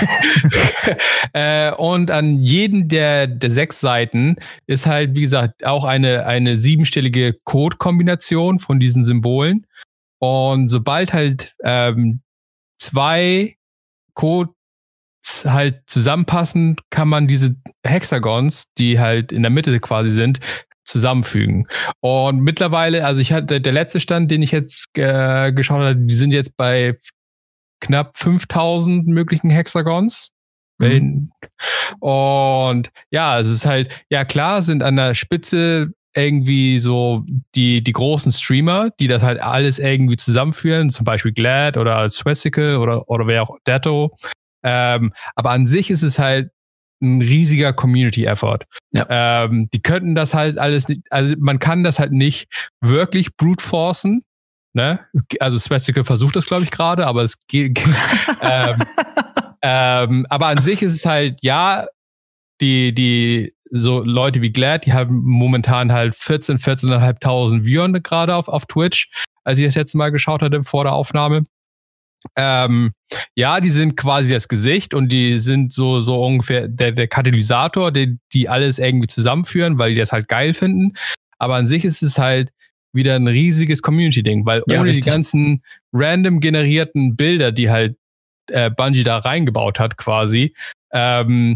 Speaker 1: äh, und an jeden der, der sechs Seiten ist halt, wie gesagt, auch eine, eine siebenstellige Code-Kombination von diesen Symbolen. Und sobald halt ähm, zwei Codes halt zusammenpassen, kann man diese Hexagons, die halt in der Mitte quasi sind, zusammenfügen. Und mittlerweile, also ich hatte der letzte Stand, den ich jetzt äh, geschaut habe, die sind jetzt bei knapp fünftausend möglichen Hexagons.
Speaker 3: Mhm.
Speaker 1: Und ja, es ist halt, ja klar, sind an der Spitze irgendwie so die, die großen Streamer, die das halt alles irgendwie zusammenführen, zum Beispiel Glad oder Swesticle oder, oder wer auch, Datto. Ähm, aber an sich ist es halt ein riesiger Community-Effort.
Speaker 3: Ja.
Speaker 1: Ähm, die könnten das halt alles nicht, also man kann das halt nicht wirklich brute-forcen, ne? Also Swesticle versucht das, glaube ich, gerade, aber es geht. ähm, ähm, aber an sich ist es halt, ja, die, die, so Leute wie Glad, die haben momentan halt vierzehn, vierzehntausendfünfhundert Viewer gerade auf, auf Twitch, als ich das letzte Mal geschaut hatte vor der Aufnahme. Ähm, ja, die sind quasi das Gesicht und die sind so, so ungefähr der, der Katalysator, die, die alles irgendwie zusammenführen, weil die das halt geil finden. Aber an sich ist es halt wieder ein riesiges Community-Ding, weil
Speaker 3: Ja,
Speaker 1: ohne
Speaker 3: richtig.
Speaker 1: die ganzen random generierten Bilder, die halt äh, Bungie da reingebaut hat quasi, ähm,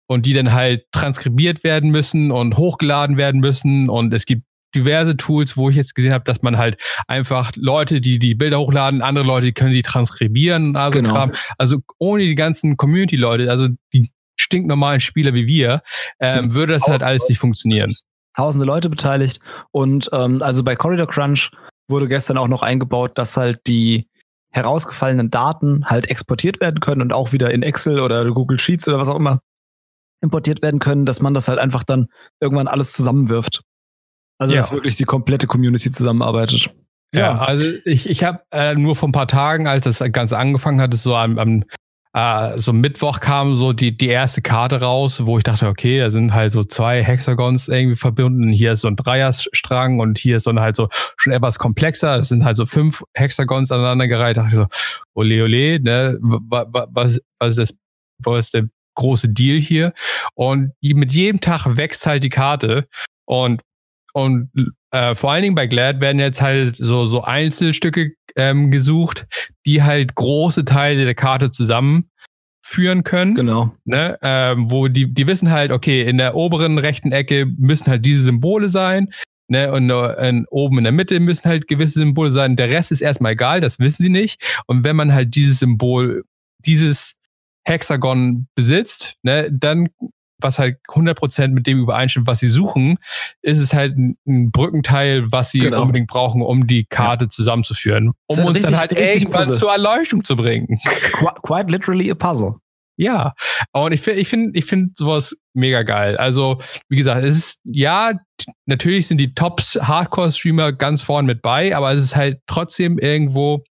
Speaker 1: und die dann halt transkribiert werden müssen und hochgeladen werden müssen und es gibt diverse Tools, wo ich jetzt gesehen habe, dass man halt einfach Leute, die die Bilder hochladen, andere Leute, die können die transkribieren, also
Speaker 3: Genau.
Speaker 1: Kram. Also ohne die ganzen Community-Leute, also die stinknormalen Spieler wie wir, ähm, würde das halt alles nicht funktionieren.
Speaker 3: Tausende Leute beteiligt und ähm, also bei Corridor Crunch wurde gestern auch noch eingebaut, dass halt die herausgefallenen Daten halt exportiert werden können und auch wieder in Excel oder Google Sheets oder was auch immer importiert werden können, dass man das halt einfach dann irgendwann alles zusammenwirft. Also
Speaker 1: Ja.
Speaker 3: dass wirklich die komplette Community zusammenarbeitet.
Speaker 1: Ja, also ich, ich habe äh, nur vor ein paar Tagen, als das Ganze angefangen hat, so am, am äh, so Mittwoch kam so die, die erste Karte raus, wo ich dachte, okay, da sind halt so zwei Hexagons irgendwie verbunden. Hier ist so ein Dreierstrang und hier ist so ein halt so schon etwas komplexer. Das sind halt so fünf Hexagons aneinandergereiht. Da dachte ich so, ole ole, ne, was, was ist das, was ist der große Deal hier? Und mit jedem Tag wächst halt die Karte und Und äh, vor allen Dingen bei Glad werden jetzt halt so, so Einzelstücke ähm, gesucht, die halt große Teile der Karte zusammenführen können.
Speaker 3: Genau.
Speaker 1: Ne? Ähm, wo die, die wissen halt, okay, in der oberen rechten Ecke müssen halt diese Symbole sein. Ne? Und äh, oben in der Mitte müssen halt gewisse Symbole sein. Der Rest ist erstmal egal, das wissen sie nicht. Und wenn man halt dieses Symbol, dieses Hexagon besitzt, ne, dann was halt hundert Prozent mit dem übereinstimmt, was sie suchen, ist es halt ein, ein Brückenteil, was sie
Speaker 3: Genau.
Speaker 1: unbedingt brauchen, um die Karte ja. zusammenzuführen. Um
Speaker 3: Das ist
Speaker 1: uns
Speaker 3: richtig,
Speaker 1: dann halt
Speaker 3: richtig
Speaker 1: irgendwann
Speaker 3: Puzzle.
Speaker 1: zur Erleuchtung zu bringen.
Speaker 3: Qu- quite literally a puzzle.
Speaker 1: Ja, und ich finde, ich finde, ich finde sowas mega geil. Also, wie gesagt, es ist, ja, t- natürlich sind die Top-Hardcore-Streamer ganz vorn mit bei, aber es ist halt trotzdem irgendwo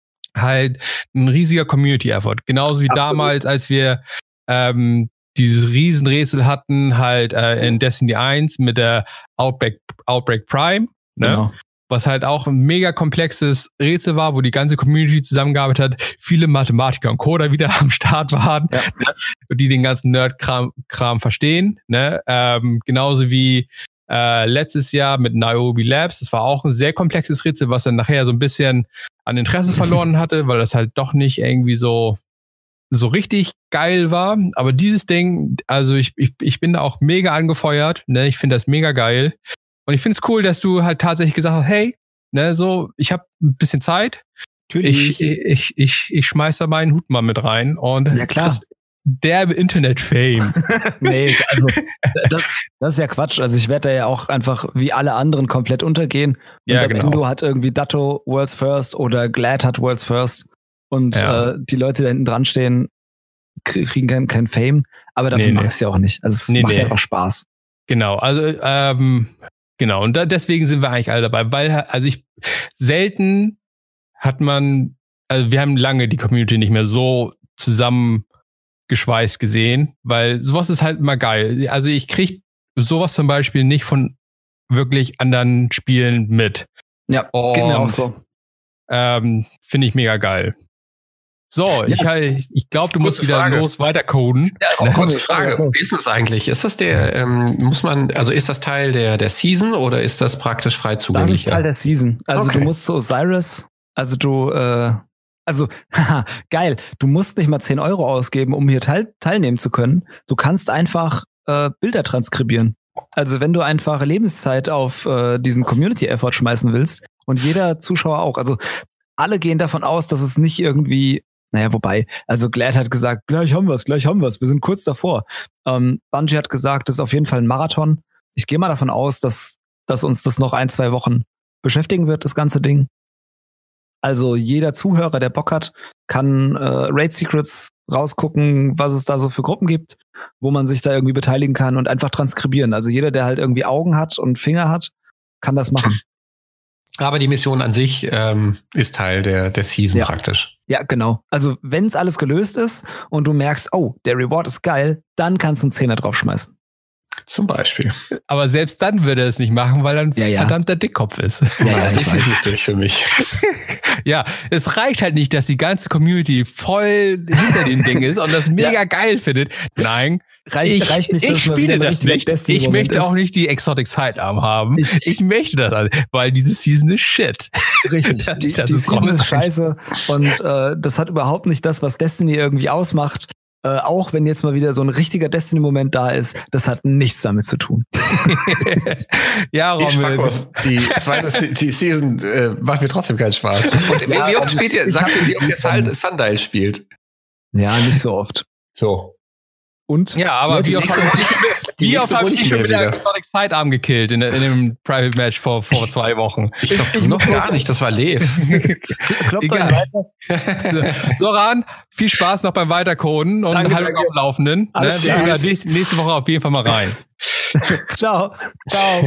Speaker 1: halt ein riesiger Community-Effort. Genauso wie
Speaker 3: Absolut.
Speaker 1: damals, als wir ähm, dieses Riesenrätsel hatten, halt äh, in Destiny eins mit der Outbreak, Outbreak Prime, ne?
Speaker 3: Genau.
Speaker 1: Was halt auch ein mega komplexes Rätsel war, wo die ganze Community zusammengearbeitet hat, viele Mathematiker und Coder wieder am Start waren,
Speaker 3: Ja.
Speaker 1: ne? Die den ganzen Nerd-Kram Kram verstehen. Ne? Ähm, genauso wie äh, letztes Jahr mit Niobe Labs, das war auch ein sehr komplexes Rätsel, was dann nachher so ein bisschen an Interesse verloren hatte, weil das halt doch nicht irgendwie so so richtig geil war, aber dieses Ding, also ich, ich, ich bin da auch mega angefeuert, ne, ich finde das mega geil und ich finde es cool, dass du halt tatsächlich gesagt hast, hey, ne, so, ich habe ein bisschen Zeit, ich, ich, ich, ich schmeiß da meinen Hut mal mit rein und
Speaker 3: Ja, klar.
Speaker 1: kriegst derbe Internet-Fame.
Speaker 3: Nee, also das, das ist ja Quatsch. Also ich werde da ja auch einfach wie alle anderen komplett untergehen. Und
Speaker 1: Ja,
Speaker 3: am
Speaker 1: genau.
Speaker 3: Ende hat irgendwie Datto World's First oder Glad hat World's First und
Speaker 1: Ja.
Speaker 3: äh, die Leute, die da hinten dran stehen, krie- kriegen kein, kein Fame. Aber dafür
Speaker 1: Nee,
Speaker 3: macht
Speaker 1: nee.
Speaker 3: es ja auch nicht. Also es
Speaker 1: Nee,
Speaker 3: macht
Speaker 1: nee.
Speaker 3: ja einfach Spaß.
Speaker 1: Genau, also ähm, genau, und da, deswegen sind wir eigentlich alle dabei, weil also ich selten hat man, also wir haben lange die Community nicht mehr so zusammengeschweißt gesehen, weil sowas ist halt immer geil. Also ich krieg sowas zum Beispiel nicht von wirklich anderen Spielen mit.
Speaker 3: Ja, geht mir auch
Speaker 1: Und
Speaker 3: so.
Speaker 1: ähm, finde ich mega geil. So, ich, ich, ich glaube, du musst
Speaker 2: Kurze
Speaker 1: wieder
Speaker 2: Frage.
Speaker 1: los weitercoden.
Speaker 2: Oh, kurze
Speaker 3: komm,
Speaker 2: Frage,
Speaker 3: was los?
Speaker 2: wie ist das eigentlich? Ist das der, ähm, muss man, also ist das Teil der, der Season oder ist das praktisch frei
Speaker 3: Das
Speaker 2: zugänglich?
Speaker 3: ist Teil der Season. Also
Speaker 2: Okay.
Speaker 3: du musst zu Osiris, also du, äh, also, haha, geil, du musst nicht mal zehn Euro ausgeben, um hier teil, teilnehmen zu können. Du kannst einfach äh, Bilder transkribieren. Also wenn du einfach Lebenszeit auf äh, diesen Community-Effort schmeißen willst und jeder Zuschauer auch, also alle gehen davon aus, dass es nicht irgendwie, naja, wobei, also Glad hat gesagt, gleich haben wir's, gleich haben wir's, wir sind kurz davor. Ähm, Bungie hat gesagt, das ist auf jeden Fall ein Marathon. Ich gehe mal davon aus, dass, dass uns das noch ein, zwei Wochen beschäftigen wird, das ganze Ding. Also jeder Zuhörer, der Bock hat, kann äh, Raid Secrets rausgucken, was es da so für Gruppen gibt, wo man sich da irgendwie beteiligen kann und einfach transkribieren. Also jeder, der halt irgendwie Augen hat und Finger hat, kann das machen.
Speaker 2: Aber die Mission an sich ähm, ist Teil der, der Season
Speaker 3: Ja.
Speaker 2: praktisch.
Speaker 3: Ja, genau. Also wenn es alles gelöst ist und du merkst, oh, der Reward ist geil, dann kannst du einen Zehner draufschmeißen.
Speaker 2: Zum Beispiel.
Speaker 1: Aber selbst dann würde er es nicht machen, weil er ein
Speaker 3: Ja, ja.
Speaker 1: verdammter Dickkopf ist.
Speaker 3: Ja, ja, ich
Speaker 2: das
Speaker 3: weiß.
Speaker 2: ist es durch für mich.
Speaker 1: Ja, es reicht halt nicht, dass die ganze Community voll hinter dem Ding ist und das mega geil findet. Nein,
Speaker 3: Reicht,
Speaker 1: ich,
Speaker 3: reicht nicht,
Speaker 1: ich
Speaker 3: dass man
Speaker 1: spiele
Speaker 3: wieder ein
Speaker 1: das
Speaker 3: richtiger
Speaker 1: nicht.
Speaker 3: Destiny
Speaker 1: Ich
Speaker 3: Moment
Speaker 1: möchte
Speaker 3: ist.
Speaker 1: auch nicht die Exotic Sidearm haben.
Speaker 3: Ich-
Speaker 1: Ich, möchte das, also, weil diese Season ist shit.
Speaker 3: Richtig, die,
Speaker 1: Das
Speaker 3: die
Speaker 1: ist
Speaker 3: Season ist
Speaker 1: großartig.
Speaker 3: scheiße und äh, das hat überhaupt nicht das, was Destiny irgendwie ausmacht. Äh, auch wenn jetzt mal wieder so ein richtiger Destiny-Moment da ist, das hat nichts damit zu tun.
Speaker 1: Ja,
Speaker 2: Die
Speaker 1: Rommel.
Speaker 2: Spackos, die zweite die Season äh, macht mir trotzdem keinen Spaß. Und wie,
Speaker 3: Ja,
Speaker 2: wie oft
Speaker 3: also
Speaker 2: spielt ihr,
Speaker 3: ich
Speaker 2: sagt
Speaker 3: hab-
Speaker 2: ihr, wie oft ihr Sun- Sundial spielt?
Speaker 3: Ja, nicht so oft.
Speaker 2: So.
Speaker 3: Und?
Speaker 1: Ja, aber
Speaker 2: Ja, die
Speaker 1: wie oft
Speaker 2: nächste
Speaker 1: habe
Speaker 2: hol
Speaker 1: ich,
Speaker 2: die
Speaker 1: wie
Speaker 2: nächste
Speaker 1: oft hab
Speaker 2: hol
Speaker 1: ich
Speaker 2: ich
Speaker 1: schon
Speaker 2: mir
Speaker 1: mit der
Speaker 2: wieder.
Speaker 1: Exotic Sidearm gekillt in, in dem Private Match vor, vor zwei Wochen?
Speaker 2: Ich glaube, du noch gar nicht, das war Lev.
Speaker 3: Kloppt euch
Speaker 1: Egal.
Speaker 3: weiter.
Speaker 1: Soran, viel Spaß noch beim Weitercoden und
Speaker 3: Danke,
Speaker 1: halt
Speaker 3: danke.
Speaker 1: auf dem Laufenden. Ne?
Speaker 3: Alles
Speaker 1: Wir
Speaker 3: klar.
Speaker 1: gehen da nächste, nächste Woche auf jeden Fall mal rein.
Speaker 3: Ciao.
Speaker 1: Ciao.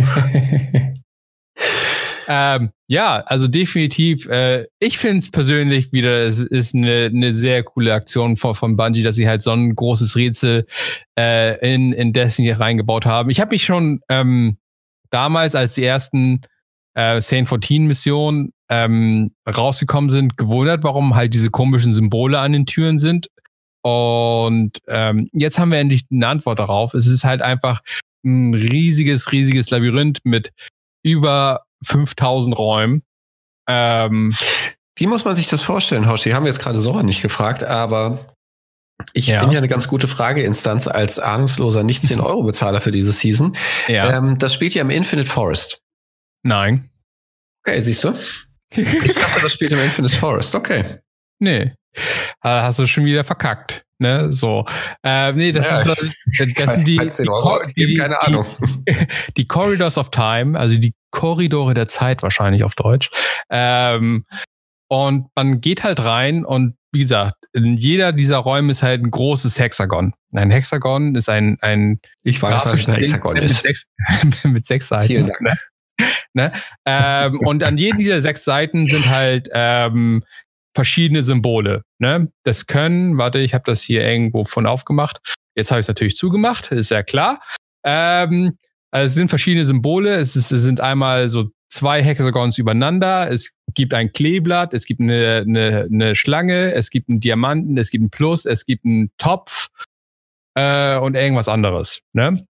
Speaker 1: Ähm, ja, also definitiv. Äh, ich finde es persönlich wieder, es ist eine, eine sehr coole Aktion von, von Bungie, dass sie halt so ein großes Rätsel äh, in, in Destiny reingebaut haben. Ich habe mich schon ähm, damals, als die ersten äh, Saint vierzehn Missionen ähm, rausgekommen sind, gewundert, warum halt diese komischen Symbole an den Türen sind. Und ähm, jetzt haben wir endlich eine Antwort darauf. Es ist halt einfach ein riesiges, riesiges Labyrinth mit über fünftausend Räumen. Ähm,
Speaker 2: Wie muss man sich das vorstellen, Hoshi? Haben wir jetzt gerade Sora nicht gefragt, aber ich
Speaker 1: Ja.
Speaker 2: bin ja eine ganz gute Frageinstanz als ahnungsloser Nicht-zehn-Euro-Bezahler für diese Season.
Speaker 1: ja,
Speaker 2: Ähm, das spielt ja im Infinite Forest.
Speaker 1: nein.
Speaker 2: Okay, siehst du? Ich dachte, das spielt im Infinite Forest. Okay.
Speaker 1: Nee. Äh, Hast du schon wieder verkackt. Ne, so. Äh, nee, das
Speaker 2: Ja,
Speaker 1: ist das, das sind die,
Speaker 2: zehn
Speaker 1: die,
Speaker 2: Euro
Speaker 1: Cor-
Speaker 2: ausgeben,
Speaker 1: die,
Speaker 2: keine Ahnung.
Speaker 1: Die, die Corridors of Time, also die Korridore der Zeit wahrscheinlich auf Deutsch. Ähm, und man geht halt rein und wie gesagt, in jeder dieser Räume ist halt ein großes Hexagon. Ein Hexagon ist ein, ein
Speaker 2: Ich weiß, was ein Hexagon
Speaker 1: mit
Speaker 2: ist.
Speaker 1: Sechs, mit sechs Seiten.
Speaker 2: Vielen Dank.
Speaker 1: Ne? Ne? Ähm, und an jedem dieser sechs Seiten sind halt ähm, verschiedene Symbole. Ne? Das können, warte, ich habe das hier irgendwo von aufgemacht. Jetzt habe ich es natürlich zugemacht, ist ja klar. Ähm, also es sind verschiedene Symbole. Es, ist, es sind einmal so zwei Hexagons übereinander. Es gibt ein Kleeblatt, es gibt eine, eine, eine Schlange, es gibt einen Diamanten, es gibt einen Plus, es gibt einen Topf äh, und irgendwas anderes. Ne?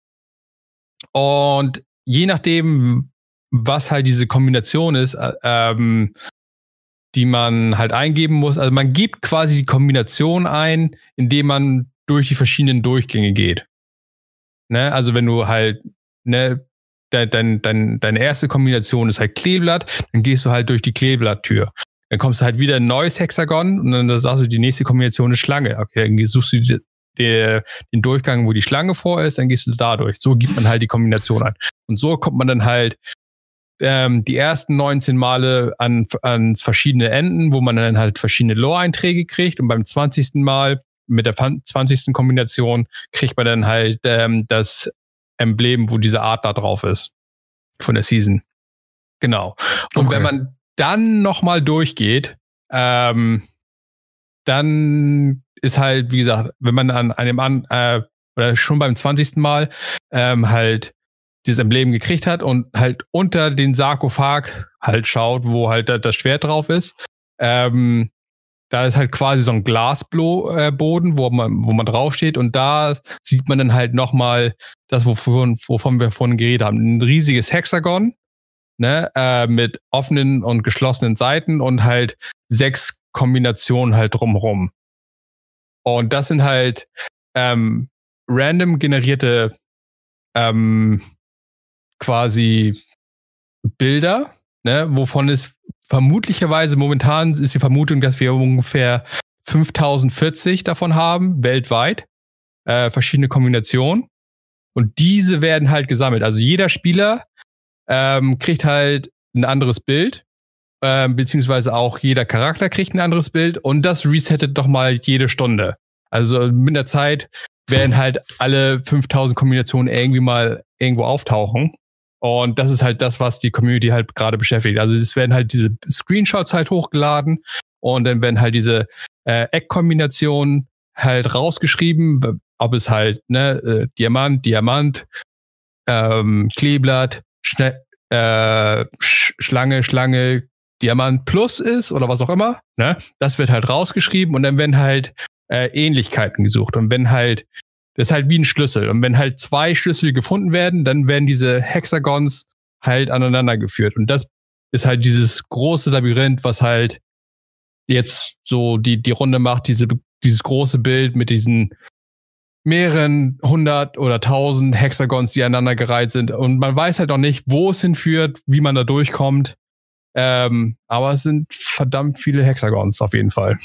Speaker 1: Und je nachdem, was halt diese Kombination ist, äh, ähm, die man halt eingeben muss. Also man gibt quasi die Kombination ein, indem man durch die verschiedenen Durchgänge geht. Ne? Also wenn du halt, ne, dein, dein, dein, deine erste Kombination ist halt Kleeblatt, dann gehst du halt durch die Kleeblatttür. Dann kommst du halt wieder ein neues Hexagon und dann sagst du, die nächste Kombination ist Schlange. Okay, dann suchst du die, die, den Durchgang, wo die Schlange vor ist, dann gehst du da durch. So gibt man halt die Kombination ein. Und so kommt man dann halt ähm, die ersten neunzehn Male an, ans verschiedene Enden, wo man dann halt verschiedene Lore-Einträge kriegt. Und beim zwanzigsten Mal mit der zwanzigsten Kombination kriegt man dann halt ähm, das Emblem, wo diese Art da drauf ist. Von der Season. Genau. Und
Speaker 2: Okay.
Speaker 1: wenn man dann nochmal durchgeht, ähm, dann ist halt, wie gesagt, wenn man an einem an, äh, oder schon beim zwanzigsten Mal ähm, halt dieses Emblem gekriegt hat und halt unter den Sarkophag halt schaut, wo halt das Schwert drauf ist, ähm, da ist halt quasi so ein Glasboden, wo man, wo man draufsteht und da sieht man dann halt nochmal das, wovon, wovon wir vorhin geredet haben. Ein riesiges Hexagon, ne, äh, mit offenen und geschlossenen Seiten und halt sechs Kombinationen halt drumherum. Und das sind halt ähm, random generierte ähm, quasi Bilder, ne, wovon es vermutlicherweise momentan ist die Vermutung, dass wir ungefähr fünftausendvierzig davon haben, weltweit, äh, verschiedene Kombinationen. Und diese werden halt gesammelt. Also jeder Spieler ähm, kriegt halt ein anderes Bild, ähm, beziehungsweise auch jeder Charakter kriegt ein anderes Bild und das resettet doch mal jede Stunde. Also mit der Zeit werden halt alle fünftausend Kombinationen irgendwie mal irgendwo auftauchen. Und das ist halt das, was die Community halt gerade beschäftigt. Also es werden halt diese Screenshots halt hochgeladen und dann werden halt diese äh, Eckkombinationen halt rausgeschrieben, ob es halt ne äh, Diamant, Diamant, ähm, Kleeblatt, Schne- äh, Sch- Schlange, Schlange, Diamant Plus ist oder was auch immer. Ne? Das wird halt rausgeschrieben und dann werden halt äh, Ähnlichkeiten gesucht. Und wenn halt das ist halt wie ein Schlüssel. Und wenn halt zwei Schlüssel gefunden werden, dann werden diese Hexagons halt aneinander geführt. Und das ist halt dieses große Labyrinth, was halt jetzt so die, die Runde macht, diese dieses große Bild mit diesen mehreren hundert oder tausend Hexagons, die aneinander gereiht sind. Und man weiß halt auch nicht, wo es hinführt, wie man da durchkommt. Ähm, aber es sind verdammt viele Hexagons auf jeden Fall.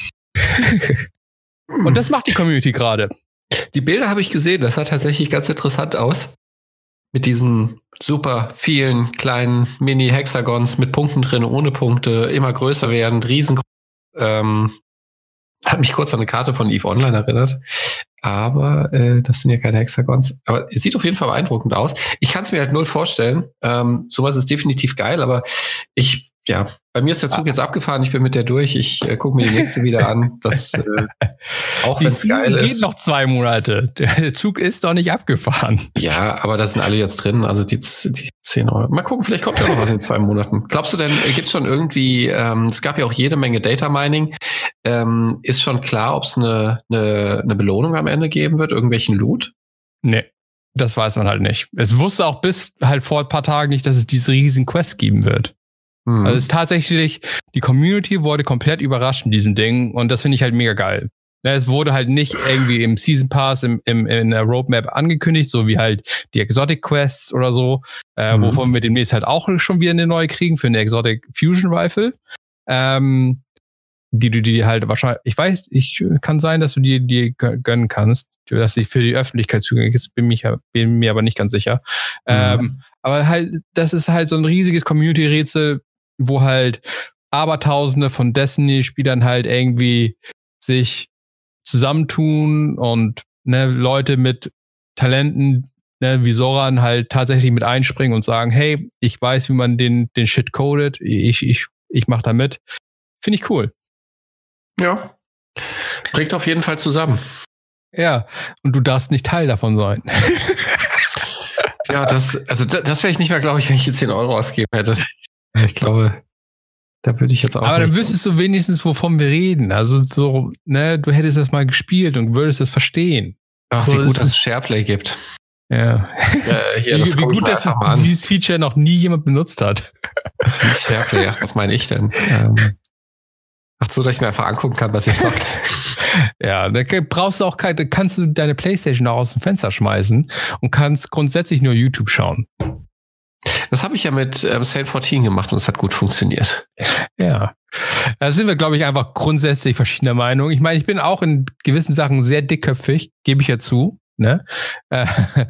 Speaker 1: Und das macht die Community gerade.
Speaker 2: Die Bilder habe ich gesehen, das sah tatsächlich ganz interessant aus. Mit diesen super vielen kleinen Mini-Hexagons mit Punkten drin, ohne Punkte, immer größer werden, riesen. Ähm, hat mich kurz an eine Karte von EVE Online erinnert. Aber äh, das sind ja keine Hexagons. Aber es sieht auf jeden Fall beeindruckend aus. Ich kann es mir halt null vorstellen. Ähm, sowas ist definitiv geil, aber ich, ja, bei mir ist der Zug jetzt abgefahren. Ich bin mit der durch. Ich äh, gucke mir die nächste wieder an. Das, äh, auch wenn es geil ist.
Speaker 1: geht noch zwei Monate. Der Zug ist doch nicht abgefahren.
Speaker 2: Ja, aber da sind alle jetzt drin. Also die, die zehn Euro. Mal gucken, vielleicht kommt ja noch was in zwei Monaten. Glaubst du denn, gibt es schon irgendwie, ähm, es gab ja auch jede Menge Data Mining. Ähm, ist schon klar, ob es eine, eine, eine Belohnung am Ende geben wird? Irgendwelchen Loot?
Speaker 1: Nee, das weiß man halt nicht. Es wusste auch bis halt vor ein paar Tagen nicht, dass es diese riesen Quest geben wird. Hm. Also es ist tatsächlich, die Community wurde komplett überrascht mit diesem Ding und das finde ich halt mega geil. Es wurde halt nicht irgendwie im Season Pass, im, im, in der Roadmap angekündigt, so wie halt die Exotic Quests oder so, äh, mhm. wovon wir demnächst halt auch schon wieder eine neue kriegen für eine Exotic Fusion Rifle. Ähm, die du dir halt wahrscheinlich, ich weiß, ich kann sein, dass du dir die gönnen kannst, dass sie für die Öffentlichkeit zugänglich ist, bin, mich, bin mir aber nicht ganz sicher. Mhm. Ähm, aber halt, das ist halt so ein riesiges Community-Rätsel, wo halt Abertausende von Destiny-Spielern halt irgendwie sich zusammentun und ne, Leute mit Talenten, ne, wie Soran halt tatsächlich mit einspringen und sagen, hey, ich weiß, wie man den, den Shit codet, ich, ich, ich mach da mit. Finde ich cool.
Speaker 2: Ja, bringt auf jeden Fall zusammen.
Speaker 1: Ja, und du darfst nicht Teil davon sein.
Speaker 2: Ja, das, also das, das wäre ich nicht mehr, glaube ich, wenn ich jetzt zehn Euro ausgeben hätte. Ich glaube, da würde ich jetzt auch.
Speaker 1: Aber dann wüsstest du wenigstens, wovon wir reden. Also so, ne, du hättest das mal gespielt und würdest es verstehen.
Speaker 2: Ach,
Speaker 1: so,
Speaker 2: wie gut, dass es SharePlay gibt.
Speaker 1: Ja.
Speaker 2: Äh, hier,
Speaker 1: wie wie gut, dass es, dieses Feature noch nie jemand benutzt hat.
Speaker 2: SharePlay, was meine ich denn? Ähm, ach so, dass ich mir einfach angucken kann, was ihr zockt.
Speaker 1: Ja, da brauchst du auch keine, kannst du deine Playstation auch aus dem Fenster schmeißen und kannst grundsätzlich nur YouTube schauen.
Speaker 2: Das habe ich ja mit ähm, Saint vierzehn gemacht und es hat gut funktioniert.
Speaker 1: Ja, da sind wir, glaube ich, einfach grundsätzlich verschiedener Meinung. Ich meine, ich bin auch in gewissen Sachen sehr dickköpfig, gebe ich ja zu. Ne? Äh,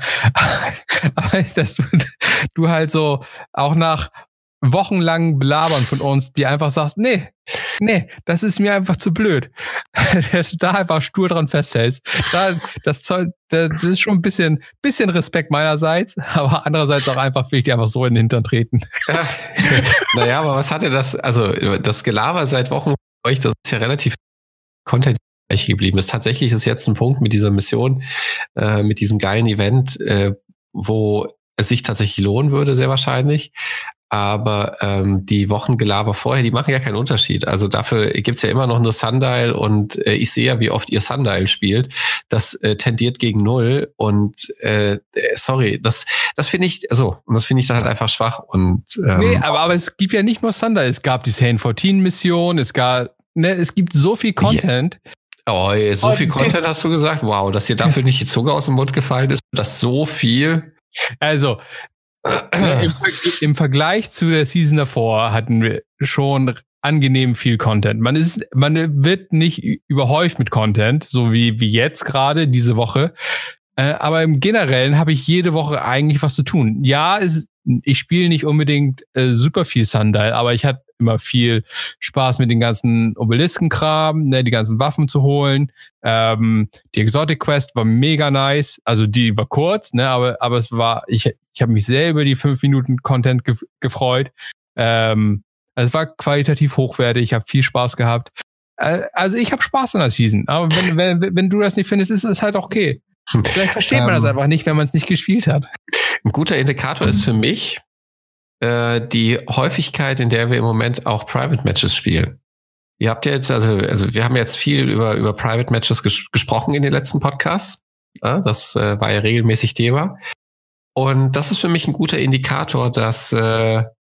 Speaker 1: aber dass du, du halt so auch nach wochenlangen Belabern von uns, die einfach sagst, nee, nee, das ist mir einfach zu blöd. Dass du da einfach stur dran festhältst. Da, das, Zoll, das ist schon ein bisschen, bisschen Respekt meinerseits, aber andererseits auch einfach, will ich dir einfach so in den Hintern treten.
Speaker 2: Ja. Naja, aber was hat er das, also das Gelaber seit Wochen bei euch, das ist ja relativ Content geblieben ist. Tatsächlich ist jetzt ein Punkt mit dieser Mission, äh, mit diesem geilen Event, äh, wo es sich tatsächlich lohnen würde, sehr wahrscheinlich. Aber ähm, die Wochengelaber vorher, die machen ja keinen Unterschied. Also dafür gibt's ja immer noch nur Sundial und äh, ich sehe ja, wie oft ihr Sundial spielt. Das äh, tendiert gegen null und äh, sorry, das das finde ich, also und das finde ich dann halt einfach schwach. Und ähm,
Speaker 1: nee, aber, aber es gibt ja nicht nur Sundial. Es gab die Saint vierzehn Mission, es gab, ne, es gibt so viel Content.
Speaker 2: Yeah. Oh, so viel Content hast du gesagt? Wow, dass dir dafür nicht die Zunge aus dem Mund gefallen ist, das so viel.
Speaker 1: Also, Im, im Vergleich zu der Season davor hatten wir schon angenehm viel Content. Man ist, man wird nicht überhäuft mit Content, so wie, wie jetzt gerade diese Woche. Äh, aber im Generellen habe ich jede Woche eigentlich was zu tun. Ja, es, ich spiele nicht unbedingt äh, super viel Sundial, aber ich hatte immer viel Spaß mit den ganzen Obeliskenkram, ne, die ganzen Waffen zu holen. Ähm, die Exotic Quest war mega nice. Also die war kurz, ne, aber, aber es war, ich, ich habe mich sehr über die fünf Minuten Content ge- gefreut. Ähm, also es war qualitativ hochwertig, ich habe viel Spaß gehabt. Äh, also ich habe Spaß an der Season. Aber wenn, wenn, wenn du das nicht findest, ist es halt okay. Vielleicht versteht man das einfach nicht, wenn man es nicht gespielt hat.
Speaker 2: Ein guter Indikator ist für mich äh, die Häufigkeit, in der wir im Moment auch Private Matches spielen. Ihr habt ja jetzt, also, also wir haben jetzt viel über, über Private Matches ges- gesprochen in den letzten Podcasts. Ja, das äh, war ja regelmäßig Thema. Und das ist für mich ein guter Indikator, dass, äh,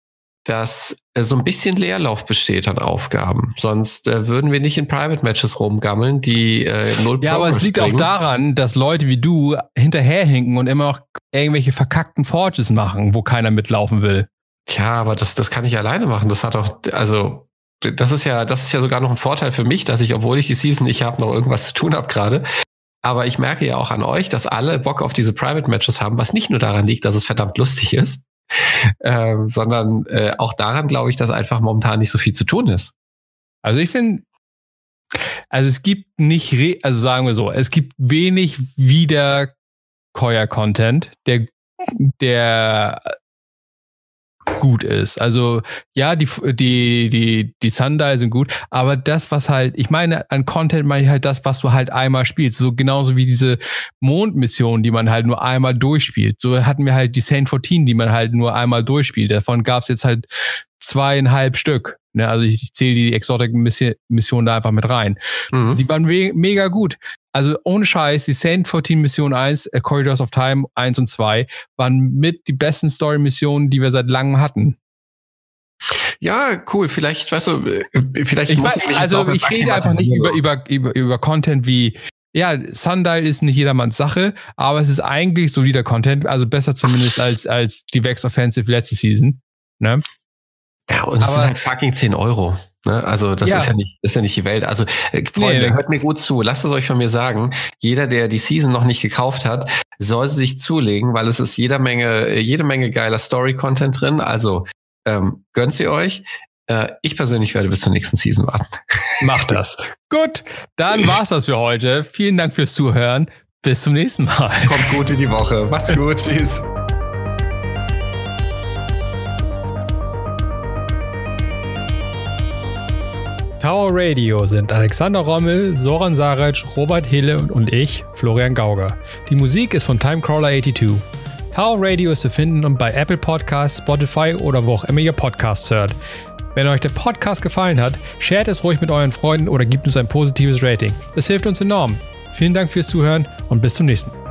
Speaker 2: dass äh, so ein bisschen Leerlauf besteht an Aufgaben. Sonst äh, würden wir nicht in Private Matches rumgammeln, die äh, null
Speaker 1: Ja, aber es liegt bringen. auch daran, dass Leute wie du hinterherhinken und immer noch irgendwelche verkackten Forges machen, wo keiner mitlaufen will.
Speaker 2: Tja, aber das, das kann ich alleine machen. Das hat auch, also, das ist ja, das ist ja sogar noch ein Vorteil für mich, dass ich, obwohl ich die Season nicht habe, noch irgendwas zu tun habe gerade. Aber ich merke ja auch an euch, dass alle Bock auf diese Private Matches haben, was nicht nur daran liegt, dass es verdammt lustig ist, ähm, sondern äh, auch daran, glaube ich, dass einfach momentan nicht so viel zu tun ist.
Speaker 1: Also ich finde, also es gibt nicht, re- also sagen wir so, es gibt wenig Wiederkäuer-Content, der, der gut ist. Also ja, die die die die Sundial sind gut, aber das, was halt, ich meine, an Content meine ich halt das, was du halt einmal spielst, so genauso wie diese Mondmission, die man halt nur einmal durchspielt. So hatten wir halt die Saint vierzehn, die man halt nur einmal durchspielt. Davon gab es jetzt halt zweieinhalb Stück. Ne? Also ich, ich zähle die Exotic-Mission da einfach mit rein. Mhm. Die waren me- mega gut. Also ohne Scheiß, die Saint vierzehn Mission eins, äh, Corridors of Time eins und zwei waren mit die besten Story-Missionen, die wir seit langem hatten.
Speaker 2: Ja, cool. Vielleicht, weißt du, vielleicht
Speaker 1: ich
Speaker 2: muss
Speaker 1: mein,
Speaker 2: ich mich
Speaker 1: Also ich rede einfach nicht über, über, über, über Content wie, ja, Sundial ist nicht jedermanns Sache, aber es ist eigentlich solider Content, also besser zumindest als, als die Vex Offensive letzte Season. Ne?
Speaker 2: Ja, und es sind halt fucking zehn Euro. Ne? Also das ja. ist ja nicht, das ist ja nicht die Welt. Also äh, Freunde, nee. hört mir gut zu. Lasst es euch von mir sagen. Jeder, der die Season noch nicht gekauft hat, soll sie sich zulegen, weil es ist jede Menge, jede Menge geiler Story-Content drin. Also ähm, gönnt sie euch. Äh, ich persönlich werde bis zur nächsten Season warten.
Speaker 1: Macht das. Gut, dann war's das für heute. Vielen Dank fürs Zuhören. Bis zum nächsten Mal.
Speaker 2: Kommt gut in die Woche. Macht's gut. Tschüss.
Speaker 1: Tower Radio sind Alexander Rommel, Soran Saric, Robert Hille und ich, Florian Gauger. Die Musik ist von Timecrawler zweiundachtzig. Tower Radio ist zu finden bei Apple Podcasts, Spotify oder wo auch immer ihr Podcasts hört. Wenn euch der Podcast gefallen hat, shared es ruhig mit euren Freunden oder gebt uns ein positives Rating. Das hilft uns enorm. Vielen Dank fürs Zuhören und bis zum nächsten Mal.